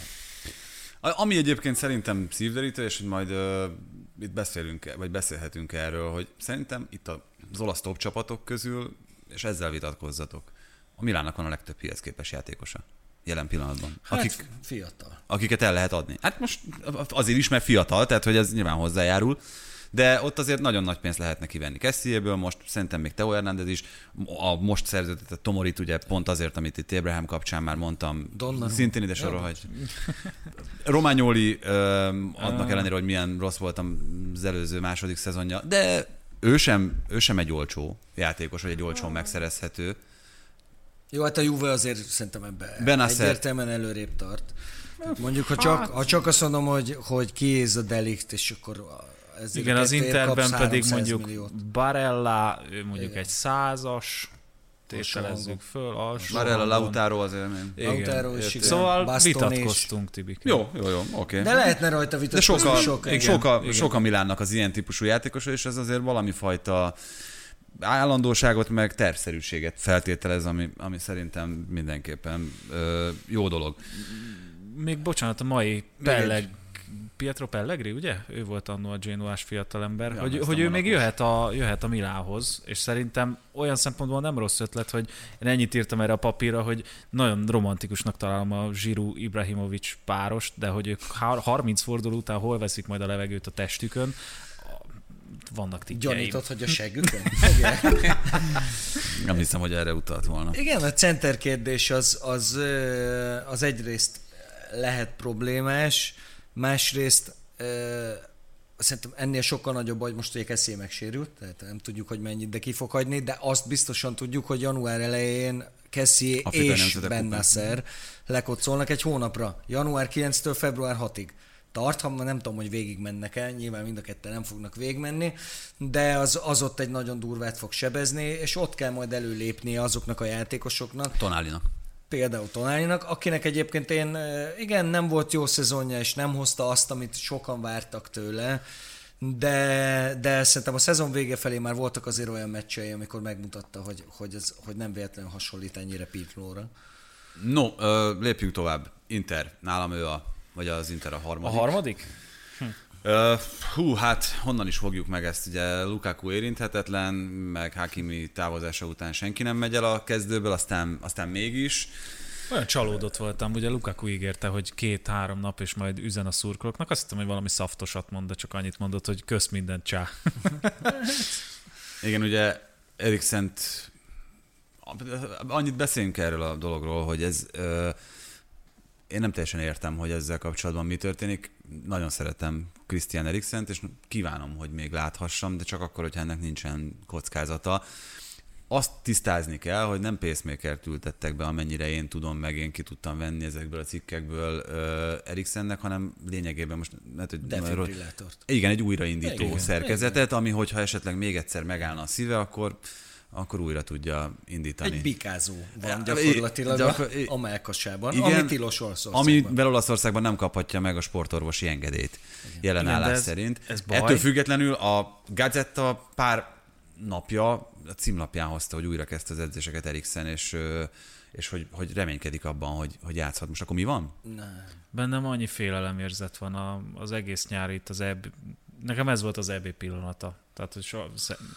Ami egyébként szerintem szívderítő, és hogy majd uh, itt beszélünk, vagy beszélhetünk erről, hogy szerintem itt az olasz top csapatok közül, és ezzel vitatkozzatok, a Milánnak van a legtöbb piac képes játékosa jelen pillanatban. Hát akik, fiatal. Akiket el lehet adni. Hát most azért is, mert fiatal, tehát hogy ez nyilván hozzájárul, de ott azért nagyon nagy pénzt lehetne kivenni Castelléből, most szerintem még Theo Hernández is, a most szerződtetett Tomorit ugye pont azért, amit itt Abraham kapcsán már mondtam, Donnarumma. Szintén ide sorolhatj. Romagnoli annak ellenére, hogy milyen rossz volt az előző második szezonja, de ő sem, ő sem egy olcsó játékos, vagy egy olcsón megszerezhető. Jó, hát a Juve azért szerintem ebben Benacer. egyértelműen előrébb tart. Tehát mondjuk, ha csak, ha csak azt mondom, hogy, hogy kiéz a Delikt, és akkor ez igen, az Interben pedig mondjuk milliót. Barella, ő mondjuk igen. egy százas, tételezzük föl. Barella, Lautaro azért nem. Lautaro is, igen. Szóval Baston vitatkoztunk, Tibik. Jó, jó, jó, oké. Okay. De lehetne rajta vitatkozni. De soka, sok, soka, soka Milánnak az ilyen típusú játékosa, és ez azért valami fajta állandóságot, meg tervszerűséget feltételez, ami, ami szerintem mindenképpen ö, jó dolog. Még bocsánat, a mai Pelleg Pietro Pellegri, ugye? Ő volt annó a Genoás fiatalember, Ja, hogy, ezt hogy a ő még Monacós. jöhet a, jöhet a Milánhoz, és szerintem olyan szempontból nem rossz ötlet, hogy én ennyit írtam erre a papírra, hogy nagyon romantikusnak találom a Giroud-Ibrahimovic párost, de hogy ők harminc forduló után hol veszik majd a levegőt a testükön, vannak tippjeim. Gyanított, hogy a seggükön? Nem hiszem, hogy erre utalt volna. Igen, a center kérdés az, az, ö, az egyrészt lehet problémás, másrészt ö, szerintem ennél sokkal nagyobb, hogy most ugye Kessie megsérült, tehát nem tudjuk, hogy mennyit, de ki fog hagyni, de azt biztosan tudjuk, hogy január elején Kessie Afrikai és Nemzetek Ben Kupán. Nasser lekocolnak egy hónapra, január kilencedikétől február hatodikáig. Tart, ha nem tudom, hogy végig mennek el, nyilván mind a ketten nem fognak végigmenni, de az, az ott egy nagyon durvát fog sebezni, és ott kell majd előlépni azoknak a játékosoknak, Tonálinak. például Tonálinak, akinek egyébként én, igen, nem volt jó szezonja, és nem hozta azt, amit sokan vártak tőle, de, de szerintem a szezon vége felé már voltak azért olyan meccsei, amikor megmutatta, hogy, hogy, ez, hogy nem véletlenül hasonlít ennyire Pirlóra. No, ö, lépjünk tovább. Inter. Nálam ő a, vagy az Inter a A harmadik. harmadik? Ö, hú, hát honnan is fogjuk meg ezt? Ugye Lukaku érinthetetlen, meg Hakimi távozása után senki nem megy el a kezdőből, aztán, aztán mégis. Olyan csalódott voltam, ugye Lukaku ígérte, hogy két-három nap, és majd üzen a szurkolóknak. Azt hittem, hogy valami szaftosat mond, de csak annyit mondott, hogy kösz mindent, csá. Igen, ugye Eriksent, annyit beszéljünk erről a dologról, hogy ez, ö, én nem teljesen értem, hogy ezzel kapcsolatban mi történik. Nagyon szeretem Christian Eriksent, és kívánom, hogy még láthassam, de csak akkor, hogyha ennek nincsen kockázata. Azt tisztázni kell, hogy nem pacemakert ültettek be, amennyire én tudom, meg én ki tudtam venni ezekből a cikkekből uh, Eriksennek, hanem lényegében most... Lehet, hogy Defibrillátort. Igen, egy újraindító Igen, szerkezetet, ami hogyha esetleg még egyszer megállna a szíve, akkor, akkor újra tudja indítani. Egy bikázó van Ja, gyakorlatilag gyakor- a, a melkasában, Igen, ami tilos Olaszországban. Amivel Olaszországban nem kaphatja meg a sportorvosi engedélyt jelen Igen, de állás ez- szerint. ez baj. Ettől függetlenül a Gazzetta pár napja a címlapján hozta, hogy újra kezdte az edzéseket Eriksen, és, ö, és hogy, hogy reménykedik abban, hogy, hogy játszhat. Most akkor mi van? Nem. Bennem annyi félelemérzet van a, az egész nyár itt az é bé. Nekem ez volt az é bé pillanata. Tehát, hogy soha,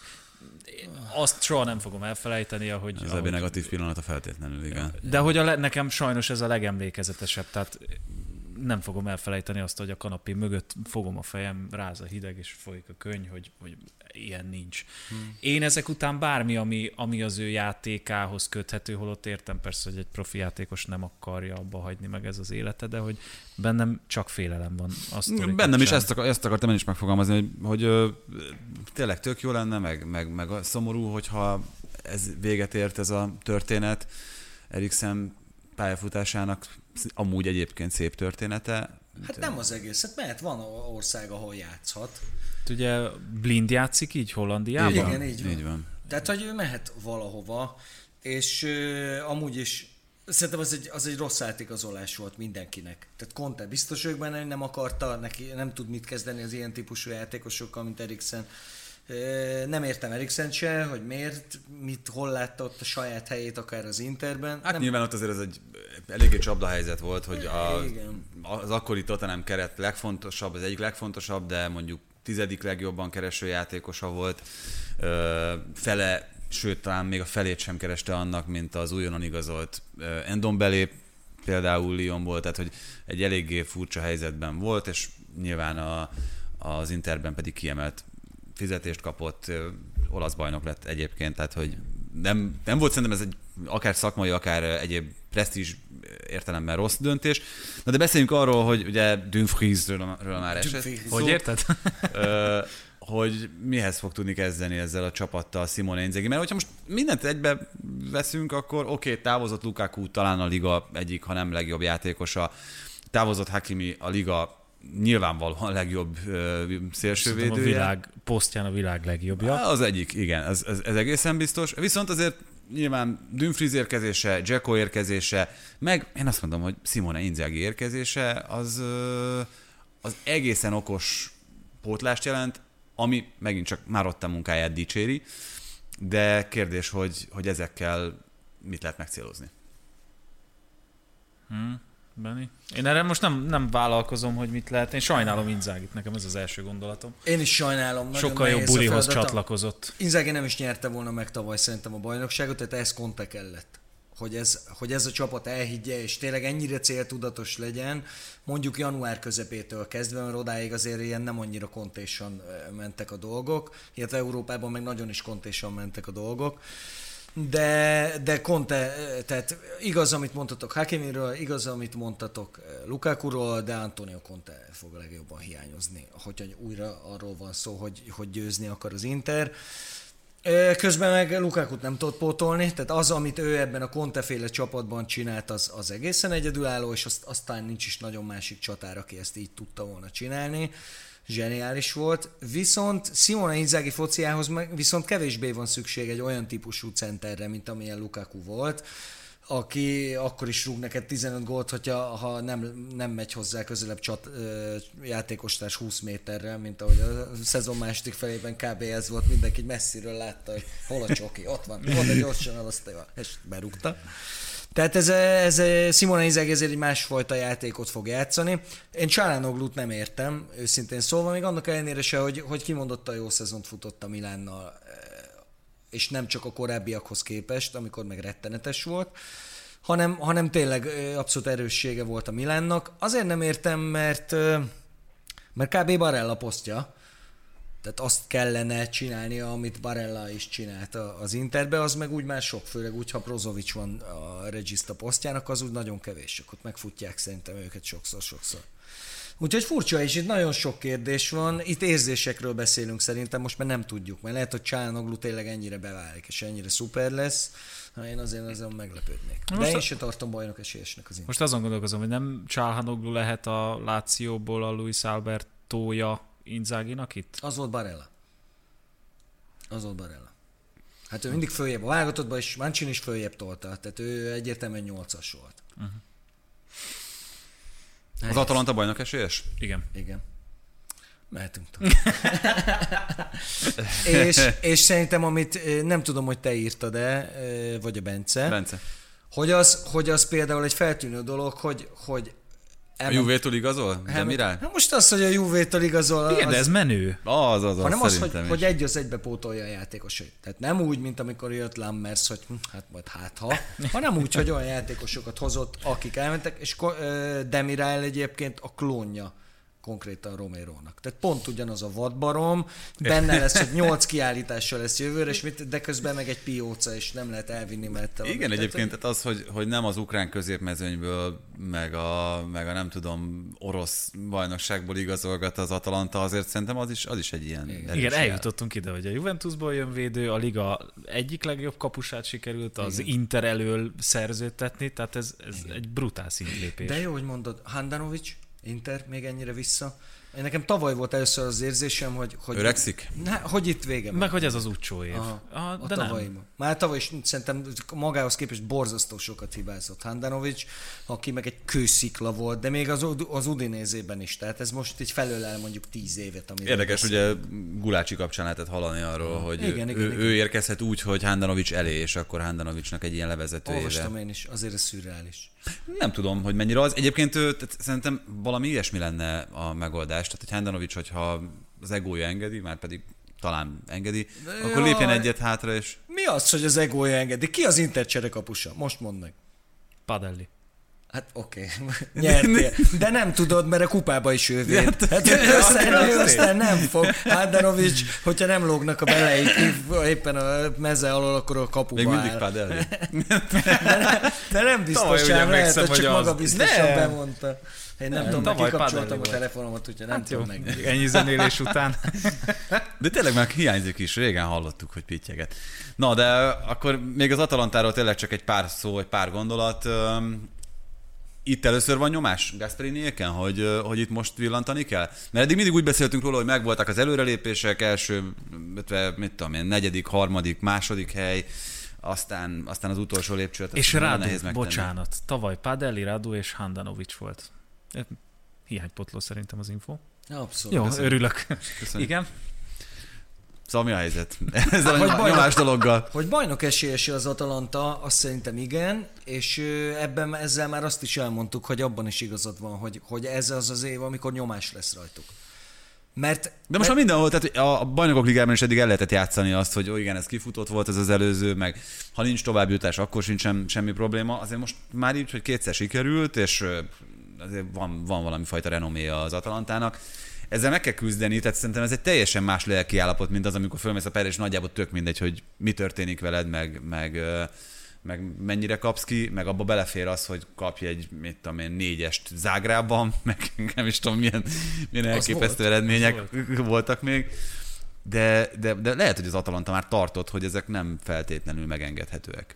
azt soha nem fogom elfelejteni, ahogy... Az ahogy ebben negatív pillanata feltétlenül, igen. De hogy a le, nekem sajnos ez a legemlékezetesebb, tehát nem fogom elfelejteni azt, hogy a kanapé mögött fogom a fejem, ráz a hideg, és folyik a könny, hogy, hogy ilyen nincs. Hmm. Én ezek után bármi, ami, ami az ő játékához köthető, holott értem persze, hogy egy profi játékos nem akarja abba hagyni meg ez az élete, de hogy bennem csak félelem van. Azt Bennem is ezt, akar, ezt akartam én is megfogalmazni, hogy, hogy ö, tényleg tök jó lenne, meg, meg, meg a szomorú, hogyha ez véget ért ez a történet. Eriksen pályafutásának amúgy egyébként szép története. Hát nem az egész, hát mehet, van ország, ahol játszhat. Ugye Blind játszik így Hollandiában? Így van, Igen, így van. így van. Tehát, hogy ő mehet valahova, és uh, amúgy is szerintem az egy, az egy rossz átigazolás volt mindenkinek. Tehát Conte biztos ők benne, nem akarta, neki nem tud mit kezdeni az ilyen típusú játékosokkal, mint Eriksen. Uh, nem értem Eriksen se, hogy miért, mit, hol látta ott a saját helyét, akár az Interben. Hát nem, nyilván ott azért ez egy eléggé csapdahelyzet volt, hogy a, Igen. az akkori Tottenham keret legfontosabb, az egyik legfontosabb, de mondjuk tizedik legjobban kereső játékosa volt. Ö, fele, sőt talán még a felét sem kereste annak, mint az újonnan igazolt Ndombele például Lyonból, tehát hogy egy eléggé furcsa helyzetben volt, és nyilván a, az Interben pedig kiemelt fizetést kapott, ö, olasz bajnok lett egyébként, tehát hogy nem, nem volt szerintem ez egy akár szakmai, akár egyéb presztízs értelemben rossz döntés. Na de beszéljünk arról, hogy ugye Dumfriesről már esett Dumfries. szó, Hogy érted? ö, hogy mihez fog tudni kezdeni ezzel a csapattal Simone Inzaghi. Mert hogyha most mindent egybe veszünk, akkor oké, okay, távozott Lukaku, talán a liga egyik, ha nem legjobb játékosa, távozott Hakimi, a liga nyilvánvalóan legjobb ö, szélsővédője. A világ posztján a világ legjobbja. Az egyik, igen, ez, ez, ez egészen biztos. Viszont azért nyilván Dumfries érkezése, Dzeko érkezése, meg én azt mondom, hogy Simone Inzaghi érkezése az, ö, az egészen okos pótlást jelent, ami megint csak Marotta munkáját dicséri, de kérdés, hogy, hogy ezekkel mit lehet megcélozni. Hmm. Benni? Én erre most nem, nem vállalkozom, hogy mit lehet. Én sajnálom Inzagit, nekem ez az első gondolatom. Én is sajnálom. Sokkal jobb bulihoz csatlakozott. Inzaghi nem is nyerte volna meg tavaly szerintem a bajnokságot, tehát ez Conte kellett. Hogy ez, hogy ez a csapat elhiggye, és tényleg ennyire céltudatos legyen, mondjuk január közepétől kezdve, mert odáig azért ilyen nem annyira kontésan mentek a dolgok, illetve Európában meg nagyon is kontésan mentek a dolgok. De, de Conte, tehát igaz, amit mondtatok Hakimiről, igaz, amit mondtatok Lukakuról, de Antonio Conte fog a legjobban hiányozni, hogy újra arról van szó, hogy, hogy győzni akar az Inter. Közben meg Lukakut nem tudott pótolni, tehát az, amit ő ebben a Conte-féle csapatban csinált, az, az egészen egyedülálló, és azt, aztán nincs is nagyon másik csatár, aki ezt így tudta volna csinálni. Zseniális volt, viszont Simone Inzaghi fociához meg viszont kevésbé van szükség egy olyan típusú centerre, mint amilyen Lukaku volt, aki akkor is rúg neked tizenöt gólt, hogyha, ha nem, nem megy hozzá közelebb csat, játékostárs húsz méterrel, mint ahogy a szezon második felében kb. Ez volt, mindenki messziről látta, hogy hol a csoki, ott van, oda gyorsan elosztja, és berúgta. Tehát ez, ez Simone Inzaghi ezért egy másfajta játékot fog játszani. Én Çalhanoglut nem értem, őszintén szólva, még annak ellenére se, hogy, hogy kimondottan jó szezont futott a Milánnal, és nem csak a korábbiakhoz képest, amikor meg rettenetes volt, hanem, hanem tényleg abszolút erőssége volt a Milánnak. Azért nem értem, mert, mert kb. Barella posztja, tehát azt kellene csinálnia, amit Barella is csinált az Interbe, az meg úgy már sok, főleg úgy, ha Brozovic van a regista posztjának, az úgy nagyon kevés, csak ott megfutják szerintem őket sokszor-sokszor. Úgyhogy furcsa, és itt nagyon sok kérdés van, itt érzésekről beszélünk szerintem, most már nem tudjuk, mert lehet, hogy Çalhanoglu tényleg ennyire beválik, és ennyire szuper lesz, ha én azért azon meglepődnék. De most én a... se tartom bajnok esélyesnek az Inter. Most azon gondolkozom, hogy nem Çalhanoglu lehet a Lációból a Luis Albertója Inzaghinak itt? Az volt Barella. Az volt Barella. Hát ő mindig följebb, a válogatottban is, Mancini is följebb tolta, tehát ő egyértelműen nyolcas volt. Uh-huh. Az Atalanta bajnok esélyes? Igen. Igen. Mehetünk tovább. és, és szerintem, amit nem tudom, hogy te írtad-e, vagy a Bence, Bence. Hogy, az, hogy az például egy feltűnő dolog, hogy, hogy a Juvétól igazol? De mire? Hát most az, hogy a Juvétól igazol... Igen, az, de ez menő. Az, az, az, hanem az, hogy, is. hogy egy az egybe pótolja a játékosait. Tehát nem úgy, mint amikor jött Lammers, hogy hm, hát majd hát ha, hanem úgy, hogy olyan játékosokat hozott, akik elmentek, és Demiral egyébként a klónja konkrétan Romérónak. Tehát pont ugyanaz a vadbarom, benne lesz, hogy nyolc kiállítással lesz jövőre, és mit, de közben meg egy pióca, és nem lehet elvinni mellette. Igen, tehát, egyébként tehát az, hogy, hogy nem az ukrán középmezőnyből, meg a, meg a nem tudom, orosz bajnokságból igazolgat az Atalanta, azért szerintem az is, az is egy ilyen... Igen, Igen eljutottunk ide, hogy a Juventusból jön védő, a liga egyik legjobb kapusát sikerült, az Igen. Inter elől szerződtetni, tehát ez, ez egy brutál szintlépés. De jó, hogy mondod, Handanovic, Inter még ennyire vissza. Én nekem tavaly volt először az érzésem, hogy... hogy öregszik? Ne, hogy itt vége van. Meg hogy ez az utcsó év. Aha, Aha, a de tavaly nem. Már tavaly is szerintem magához képest borzasztó sokat hibázott Handanovic, aki meg egy kőszikla volt, de még az, az Udinézében is. Tehát ez most így felölel mondjuk tíz évet. Érdekes, beszél. Ugye Gulácsi kapcsán lehetett hallani arról, hogy igen, ő, igen, ő, igen. ő érkezhet úgy, hogy Handanovic elé, és akkor Handanovicnak egy ilyen levezető Olvastam én is, azért ez szürreális. Nem tudom, hogy mennyire az. Egyébként tehát szerintem valami ilyesmi lenne a megoldás. Tehát, hogy Handanovic, hogyha az egója engedi, már pedig talán engedi, de akkor jaj, lépjen egyet hátra, és... Mi az, hogy az egója engedi? Ki az Inter cserekapusa? Most mondd meg. Padelli. Hát oké, okay. Nyertél. De nem tudod, mert a kupába is ő véd. Hát aztán, aztán nem fog. Handanovic, hogyha nem lógnak a beleik éppen a meze alól, akkor a kapuba még mindig Padelli. De, de nem biztosan, lehet, hogy csak maga biztosan nem. bemondta. Én nem, nem tudom, kikapcsoltam a telefonomat, úgyhogy nem hát tudom meg. Ennyi zenélés után. De tényleg már hiányzik is, régen hallottuk, hogy pittyeget. Na, de akkor még az Atalantáról tényleg csak egy pár szó, egy pár gondolat. Itt először van nyomás Gasperiniéken, hogy, hogy itt most villantani kell? Mert eddig mindig úgy beszéltünk róla, hogy megvoltak az előrelépések, első, mit tudom én, negyedik, harmadik, második hely, aztán, aztán az utolsó lépcsőt. És Radu, bocsánat, tavaly Padelli, Radu és Handanovic volt. Hiánypotló szerintem az info. Abszolút. Jó, Köszönöm. örülök. Köszönöm. Igen. Szóval mi a helyzet? Ezzel Hogy a bajnok- nyomás dologgal. Hogy bajnok esélyes az Atalanta, azt szerintem igen, és ö, ebben ezzel már azt is elmondtuk, hogy abban is igazad van, hogy, hogy ez az az év, amikor nyomás lesz rajtuk. Mert, De most mert már mindenhol, tehát a bajnokok ligában is eddig el lehetett játszani azt, hogy ó, igen, ez kifutott volt ez az előző, meg ha nincs továbbjutás, akkor sincs sem, semmi probléma. Azért most már így, hogy kétszer sikerült, és azért van, van valami fajta renoméja az Atalantának. Ezzel meg kell küzdeni, tehát szerintem ez egy teljesen más lelki állapot, mint az, amikor fölmész a pályára, és nagyjából tök mindegy, hogy mi történik veled, meg, meg, meg mennyire kapsz ki, meg abba belefér az, hogy kapj egy, mit tudom én, négyest Zágrában, meg nem is tudom, milyen, milyen elképesztő volt, eredmények voltak még. De, de, de lehet, hogy az Atalanta már tartott, hogy ezek nem feltétlenül megengedhetőek.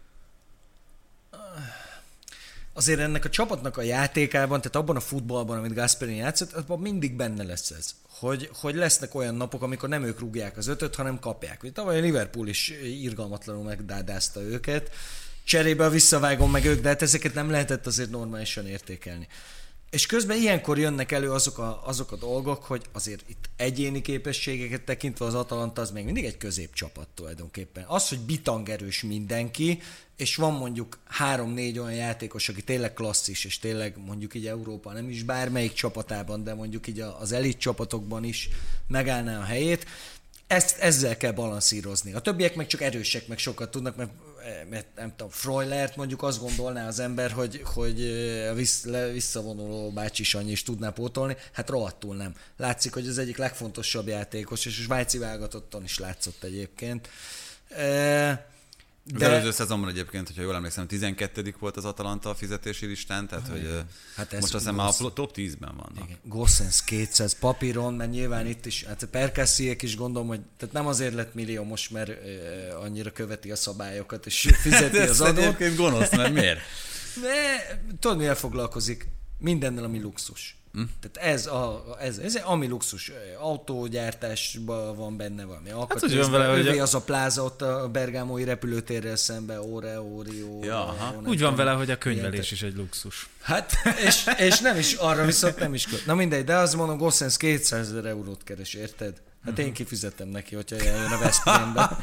azért ennek a csapatnak a játékában, tehát abban a futballban, amit Gasperini játszott, abban mindig benne lesz ez. Hogy, hogy lesznek olyan napok, amikor nem ők rúgják az ötöt, hanem kapják. Ugye tavaly a Liverpool is irgalmatlanul megdádázta őket, cserébe a visszavágom meg ők, de hát ezeket nem lehetett azért normálisan értékelni. És közben ilyenkor jönnek elő azok a, azok a dolgok, hogy azért itt egyéni képességeket tekintve az Atalanta az még mindig egy középcsapat tulajdonképpen. Az, hogy bitangerős mindenki, és van mondjuk három-négy olyan játékos, aki tényleg klasszis, és tényleg mondjuk így Európa nem is bármelyik csapatában, de mondjuk így az elit csapatokban is megállná a helyét, ezt, ezzel kell balanszírozni. A többiek meg csak erősek, meg sokat tudnak, mert, mert nem tudom, Freulert mondjuk azt gondolná az ember, hogy, hogy a visszavonuló bácsi Sanyi is tudná pótolni, hát rohadtul nem. Látszik, hogy az egyik legfontosabb játékos, és a svájci válogatotton is látszott egyébként. De... Az előző szezonban egyébként, hogyha jól emlékszem, tizenkettedik volt az Atalanta a fizetési listán, tehát hogy hát most azt hiszem már a top tízben vannak. Gossens kétszáz papíron, mert nyilván itt is, hát a Percassiék is gondolom, hogy tehát nem azért lett millió most, mert uh, annyira követi a szabályokat, és fizeti az adót. Ez egyébként gonosz, mert miért? De tudod, mivel foglalkozik? Mindennel, ami luxus. Hm? Tehát ez, a, ez, ez ami luxus, autógyártásban van benne valami alkatrészben. Hát, vele, hogy az a pláza ott a bergámói repülőtérrel szemben, Ore, Oreo. Ja, úgy van vele, hogy a könyvelés is egy luxus. Hát, és, és nem is, arra viszont nem is köt. Na mindegy, de azt mondom, Gossens kétszázezer eurót keres, érted? Hát én kifizetem neki, hogyha eljön a Veszprémbe.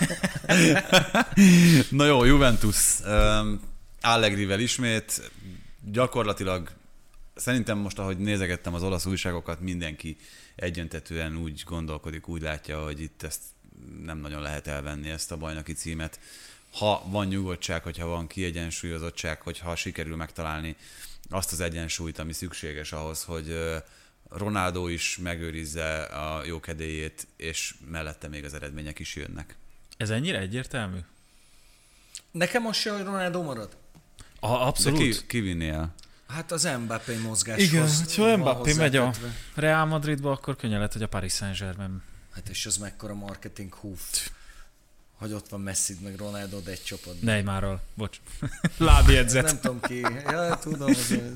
Na jó, Juventus. Um, Allegrivel ismét. Gyakorlatilag szerintem most, ahogy nézegettem az olasz újságokat, mindenki egyöntetően úgy gondolkodik, úgy látja, hogy itt ezt nem nagyon lehet elvenni, ezt a bajnoki címet. Ha van nyugodtság, hogyha van kiegyensúlyozottság, hogyha sikerül megtalálni azt az egyensúlyt, ami szükséges ahhoz, hogy Ronaldo is megőrizze a jó kedélyét, és mellette még az eredmények is jönnek. Ez ennyire egyértelmű? Nekem most se, hogy Ronaldo marad? A, abszolút. De ki, ki vinné el? Hát az Mbappé mozgáshoz. Igen, ha Mbappé megy a Real Madridba, akkor könnyen lehet, hogy a Paris Saint-Germain. Hát és az mekkora marketing húf, hogy ott van Messi meg Ronaldo egy csapatban. Neymarral, bocs. Lábjegyzet. Nem tudom ki. Ja, tudom.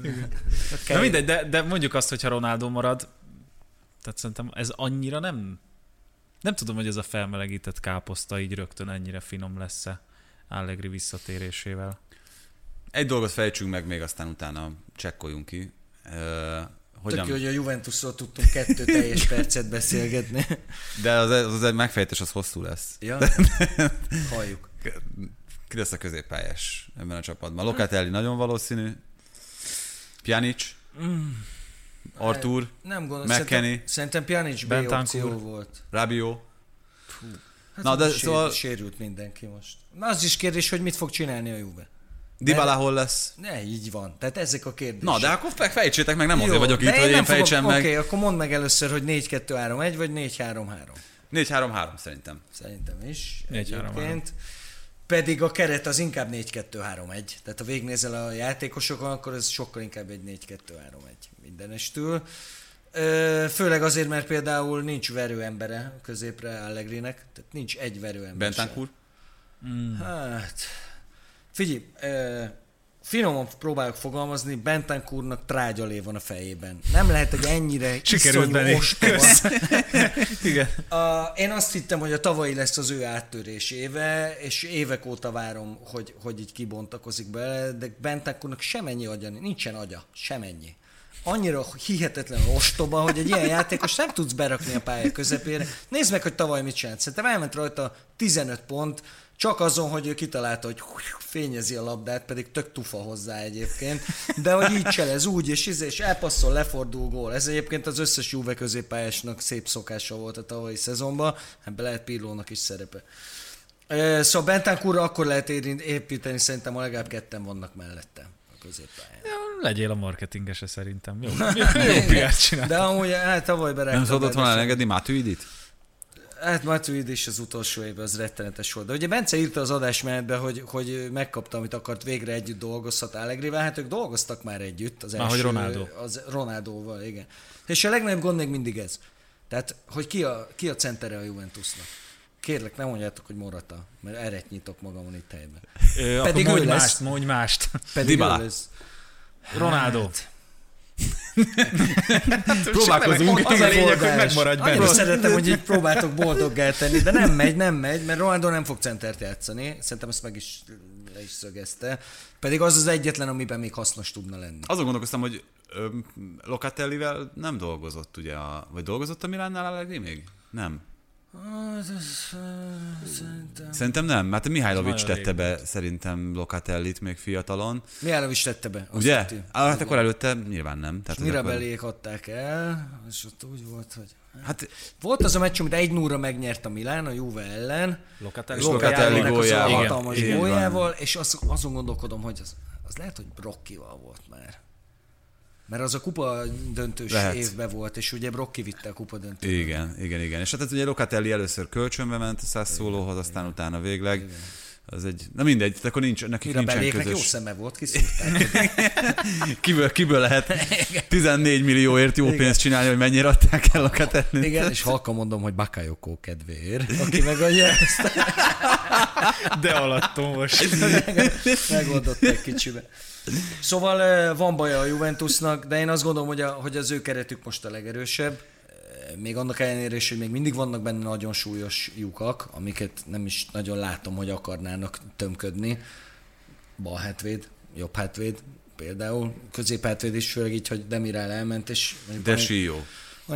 Na mindegy, de, de mondjuk azt, hogyha Ronaldo marad, tehát szerintem ez annyira nem... Nem tudom, hogy ez a felmelegített káposzta így rögtön ennyire finom lesz-e Allegri visszatérésével. Egy dolgot fejtsünk meg, még aztán utána csekkoljunk ki. Uh, hogyan... Tök jó, hogy a Juventusról tudtunk kettő teljes percet beszélgetni. De az, az egy megfejtés, az hosszú lesz. Ja, halljuk. Ki lesz a középpályás ebben a csapatban? Locatelli nagyon valószínű. Pjanic. Mm. Artur. Nem gondolom. McKennie. Szerintem, szerintem Pjanic B opció volt. Rabiot. Hát Na, de sér, szóval... sérült mindenki most. Az is kérdés, hogy mit fog csinálni a Juve. Dybala hol lesz? Ne, így van. Tehát ezek a kérdések. Na, de akkor fejtsétek meg, nem Jó, azért vagyok itt, hogy én fejtsem fogok, meg. Oké, okay, akkor mondd meg először, hogy négy kettő három egy vagy négy három három. négy három három szerintem. Szerintem is. négy három három. Pedig a keret az inkább négy kettő három egy. Tehát ha végignézel a játékosokon, akkor ez sokkal inkább egy négy kettő három egy mindenestül. Főleg azért, mert például nincs verőembere középre Allegrinek. Tehát nincs egy verőember. Bentancur? Mm. Hát... Figyelj, eh, finoman próbálok fogalmazni, Bentancurnak trágyalé van a fejében. Nem lehet, hogy ennyire iszonyú ostoba. Igen. A, én azt hittem, hogy a tavalyi lesz az ő áttörés éve, és évek óta várom, hogy, hogy így kibontakozik bele, de Bentancurnak semennyi agya, nincsen agya, semennyi. annyira hihetetlen ostoba, hogy egy ilyen játékos nem tudsz berakni a pálya közepére. Nézd meg, hogy tavaly mit csinált. Szerintem elment rajta tizenöt pont, csak azon, hogy ő kitalálta, hogy fényezi a labdát, pedig tök tufa hozzá egyébként, de hogy így cselez úgy, és, és elpasszol, lefordul gól. Ez egyébként az összes Juve középpályásnak szép szokása volt a tavalyi szezonban, ebben lehet Pirlónak is szerepe. Szóval Bentancurra akkor lehet építeni, szerintem ha legalább ketten vannak mellette a középpályán. Ja, legyél a marketingese szerintem. Jó, jó, jó piát csináltam. De amúgy hát tavaly berágtam. Nem szabadott volna elengedni Matuidit? Hát Matuidi is az utolsó évben az rettenetes volt. De ugye Bence írta az adásmenetben, hogy, hogy megkapta, amit akart, végre együtt dolgozhat Allegrivel. Hát ők dolgoztak már együtt. Az első, hogy Ronaldo. Az Ronaldóval, igen. És a legnagyobb gond még mindig ez. Tehát, hogy ki a, ki a centere a Juventusnak. Kérlek, nem mondjátok, hogy Morata, mert eret nyitok magamon itt helyben. Ö, Pedig mondj mást, mondj mást. Pedig ő lesz. Ronaldo. Hát. Próbálkozunk, az a lényeg, hogy megmaradj benne. Annyira szeretem, hogy így próbáltok boldoggá tenni, de nem megy, nem megy, mert Ronaldo nem fog centert játszani. Szerintem ezt meg is le is szögezte. Pedig az az egyetlen, amiben még hasznos tudna lenni. Azon gondolkoztam, hogy ö, Locatellivel nem dolgozott, ugye, a, vagy dolgozott a Milánnál Allegri még? Nem. Szerintem... Szerintem nem, mert Mihajlovics tette be szerintem Locatellit még fiatalon. Mihajlovics tette be. Ugye? Ah, hát akkor előtte nyilván nem. Tehát Mirabellék akkor... adták el, és ott úgy volt, hogy... Hát, volt az a meccs, amit egy nulla megnyert a Milán, a Juve ellen. Locatelli, Locatelli góljával. Az hatalmas góljával, és az, azon gondolkodom, hogy az, az lehet, hogy Brocchival volt már. Mert az a kupa döntős lehet. Évben volt, és ugye Brocchi vitte a kupa döntőt. Igen, igen, igen. És hát ugye Locatelli először kölcsönbe ment a Sassuolóhoz, aztán igen. Utána végleg. Igen. Az egy, na mindegy, akkor nincs, nekik Mire nincsen közös. jó szeme volt, kiszúrták. kiből, kiből lehet tizennégy millióért jó pénzt csinálni, hogy mennyire adták el Locatellit. Igen, és halkan mondom, hogy Bakayoko kedvéért, aki megadja ezt. De alattom most. Megoldották kicsibe. Szóval van baja a Juventusnak, de én azt gondolom, hogy, a, hogy az ő keretük most a legerősebb. Még annak ellenére is, hogy még mindig vannak benne nagyon súlyos lyukak, amiket nem is nagyon látom, hogy akarnának tömködni. Bal hátvéd, jobb hátvéd például, közép hátvéd is, főleg így, hogy Demiral elment, és... De Sió.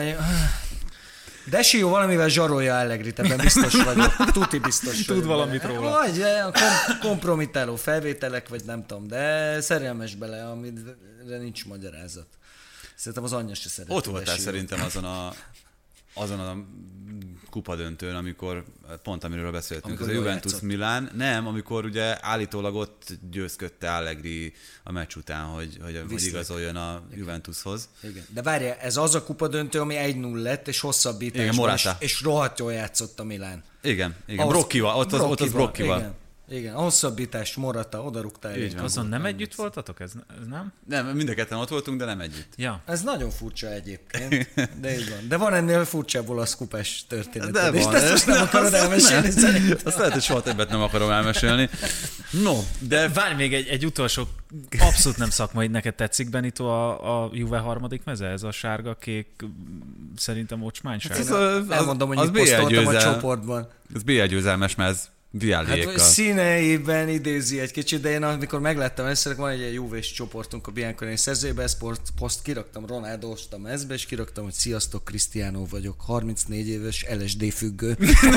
De Sió valamivel zsarolja Allegrit, ebben biztos vagyok. Tuti biztos vagyok. Tud valamit róla. Vagy kom- kompromittáló felvételek, vagy nem tudom, de szerelmes bele, amire nincs magyarázat. Szerintem az anyja se szereti. Ott voltál szerintem azon a, azon a kupadöntőn, amikor pont amiről beszéltünk, amikor az a Juventus Milán. Nem, amikor ugye állítólag ott győzködte Allegri a meccs után, hogy, hogy, hogy igazoljon a igen. Juventushoz. Igen. De várjál, ez az a kupadöntő, ami egy null lett, és hosszabbításban, és, és rohadt jól játszott a Milán. Igen, igen. Brocchival, ott az, ott az Brocchival. Igen. Igen, a hosszabbítás, Morata, oda rúgtál. Azon nem együtt voltatok? Ez, ez nem? Nem, mind a ketten ott voltunk, de nem együtt. Ja. Ez nagyon furcsa egyébként, de így van. De van ennél furcsább olasz kupás történet. De van. És ezt nem akarod elmesélni szerintem. Azt lehet, hogy soha többet nem akarom elmesélni. No, de... Várj még egy, egy utolsó, abszolút nem szakmai, neked tetszik, Benito, a, a Juve harmadik meze? Ez a sárga-kék, szerintem ocsmányság. Hát az, elmondom, hogy mit posztoltam a csoportban. Ez bé el győzelmes mez. Hát színeiben idézi egy kicsit, de én amikor megláttam először, van egy ilyen Juve-s csoportunk a Bianconeri szerzőjében, ezt poszt kiraktam Ronaldo-st a mezbe, és kiraktam, hogy sziasztok, Cristiano vagyok, harmincnégy éves el es dé függő.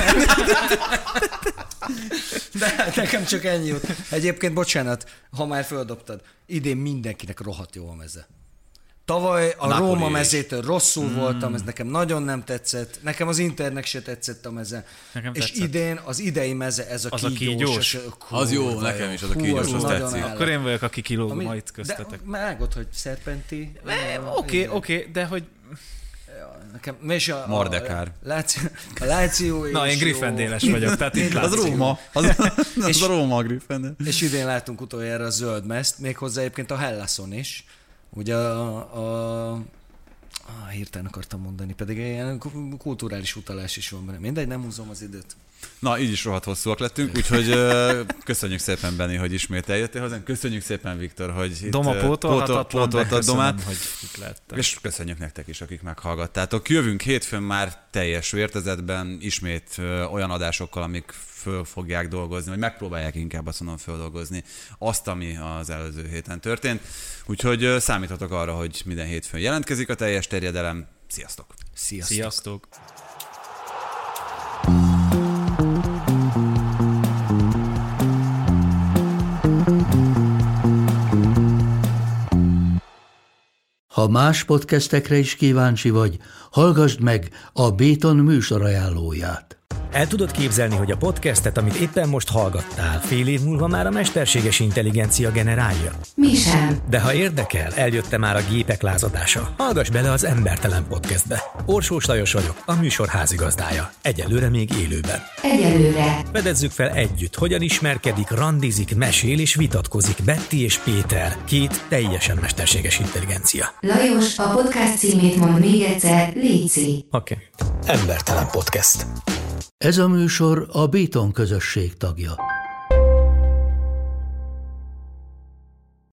De nekem csak ennyi jut. Egyébként, bocsánat, ha már földobtad, idén mindenkinek rohadt jó a meze. Tavaly a Napoli Róma mezétől rosszul mm. voltam, ez nekem nagyon nem tetszett. Nekem az Internek se tetszett a meze. Nekem és tetszett. Idén az idei meze, ez a az kígyós. A kígyós. Az jó, nekem is az a kígyós, az tetszik. Akkor én vagyok, aki kilógom ma itt köztetek. De vágod, hogy Serpenti. Oké, oké, de hogy... Nekem, és a, Mordekár. A, Láció, a Láció Na, én Griffendéles vagyok, tehát itt az Róma. Az, az és, a Róma a Griffendél. És idén látunk utoljára a zöld mezt, méghozzá egyébként a Hellason is. Ugye a, a, Ah, hirtelen akartam mondani, pedig ilyen kulturális utalás is van benne. Mindegy, nem húzom az időt. Na, így is rohadt hosszúak lettünk, úgyhogy uh, köszönjük szépen, Benni, hogy ismét eljöttél hozzánk. Köszönjük szépen, Viktor, hogy itt Doma pótolhatatlan, de köszönöm, Domát. hogy itt lettem. És köszönjük nektek is, akik meghallgattátok. Jövünk hétfőn már teljes vértezetben, ismét uh, olyan adásokkal, amik föl fogják dolgozni, vagy megpróbálják inkább azt mondom földolgozni azt, ami az előző héten történt. Úgyhogy uh, számíthatok arra, hogy minden hétfőn jelentkezik a teljes terjedelem. Sziasztok! Sziasztok! Sziasztok. Ha más podcastekre is kíváncsi vagy, hallgassd meg a Béton műsor ajánlóját. El tudod képzelni, hogy a podcastet, amit éppen most hallgattál, fél év múlva már a mesterséges intelligencia generálja? Mi sem. De ha érdekel, eljötte már a gépek lázadása. Hallgass bele az Embertelen Podcastbe. Orsós Lajos vagyok, a műsor házigazdája. Egyelőre még élőben. Egyelőre. Fedezzük fel együtt, hogyan ismerkedik, randizik, mesél és vitatkozik Betty és Péter, két teljesen mesterséges intelligencia. Lajos, a podcast címét mond még egyszer, léci. Oké. Okay. Embertelen Podcast. Ez a műsor a Béton közösség tagja.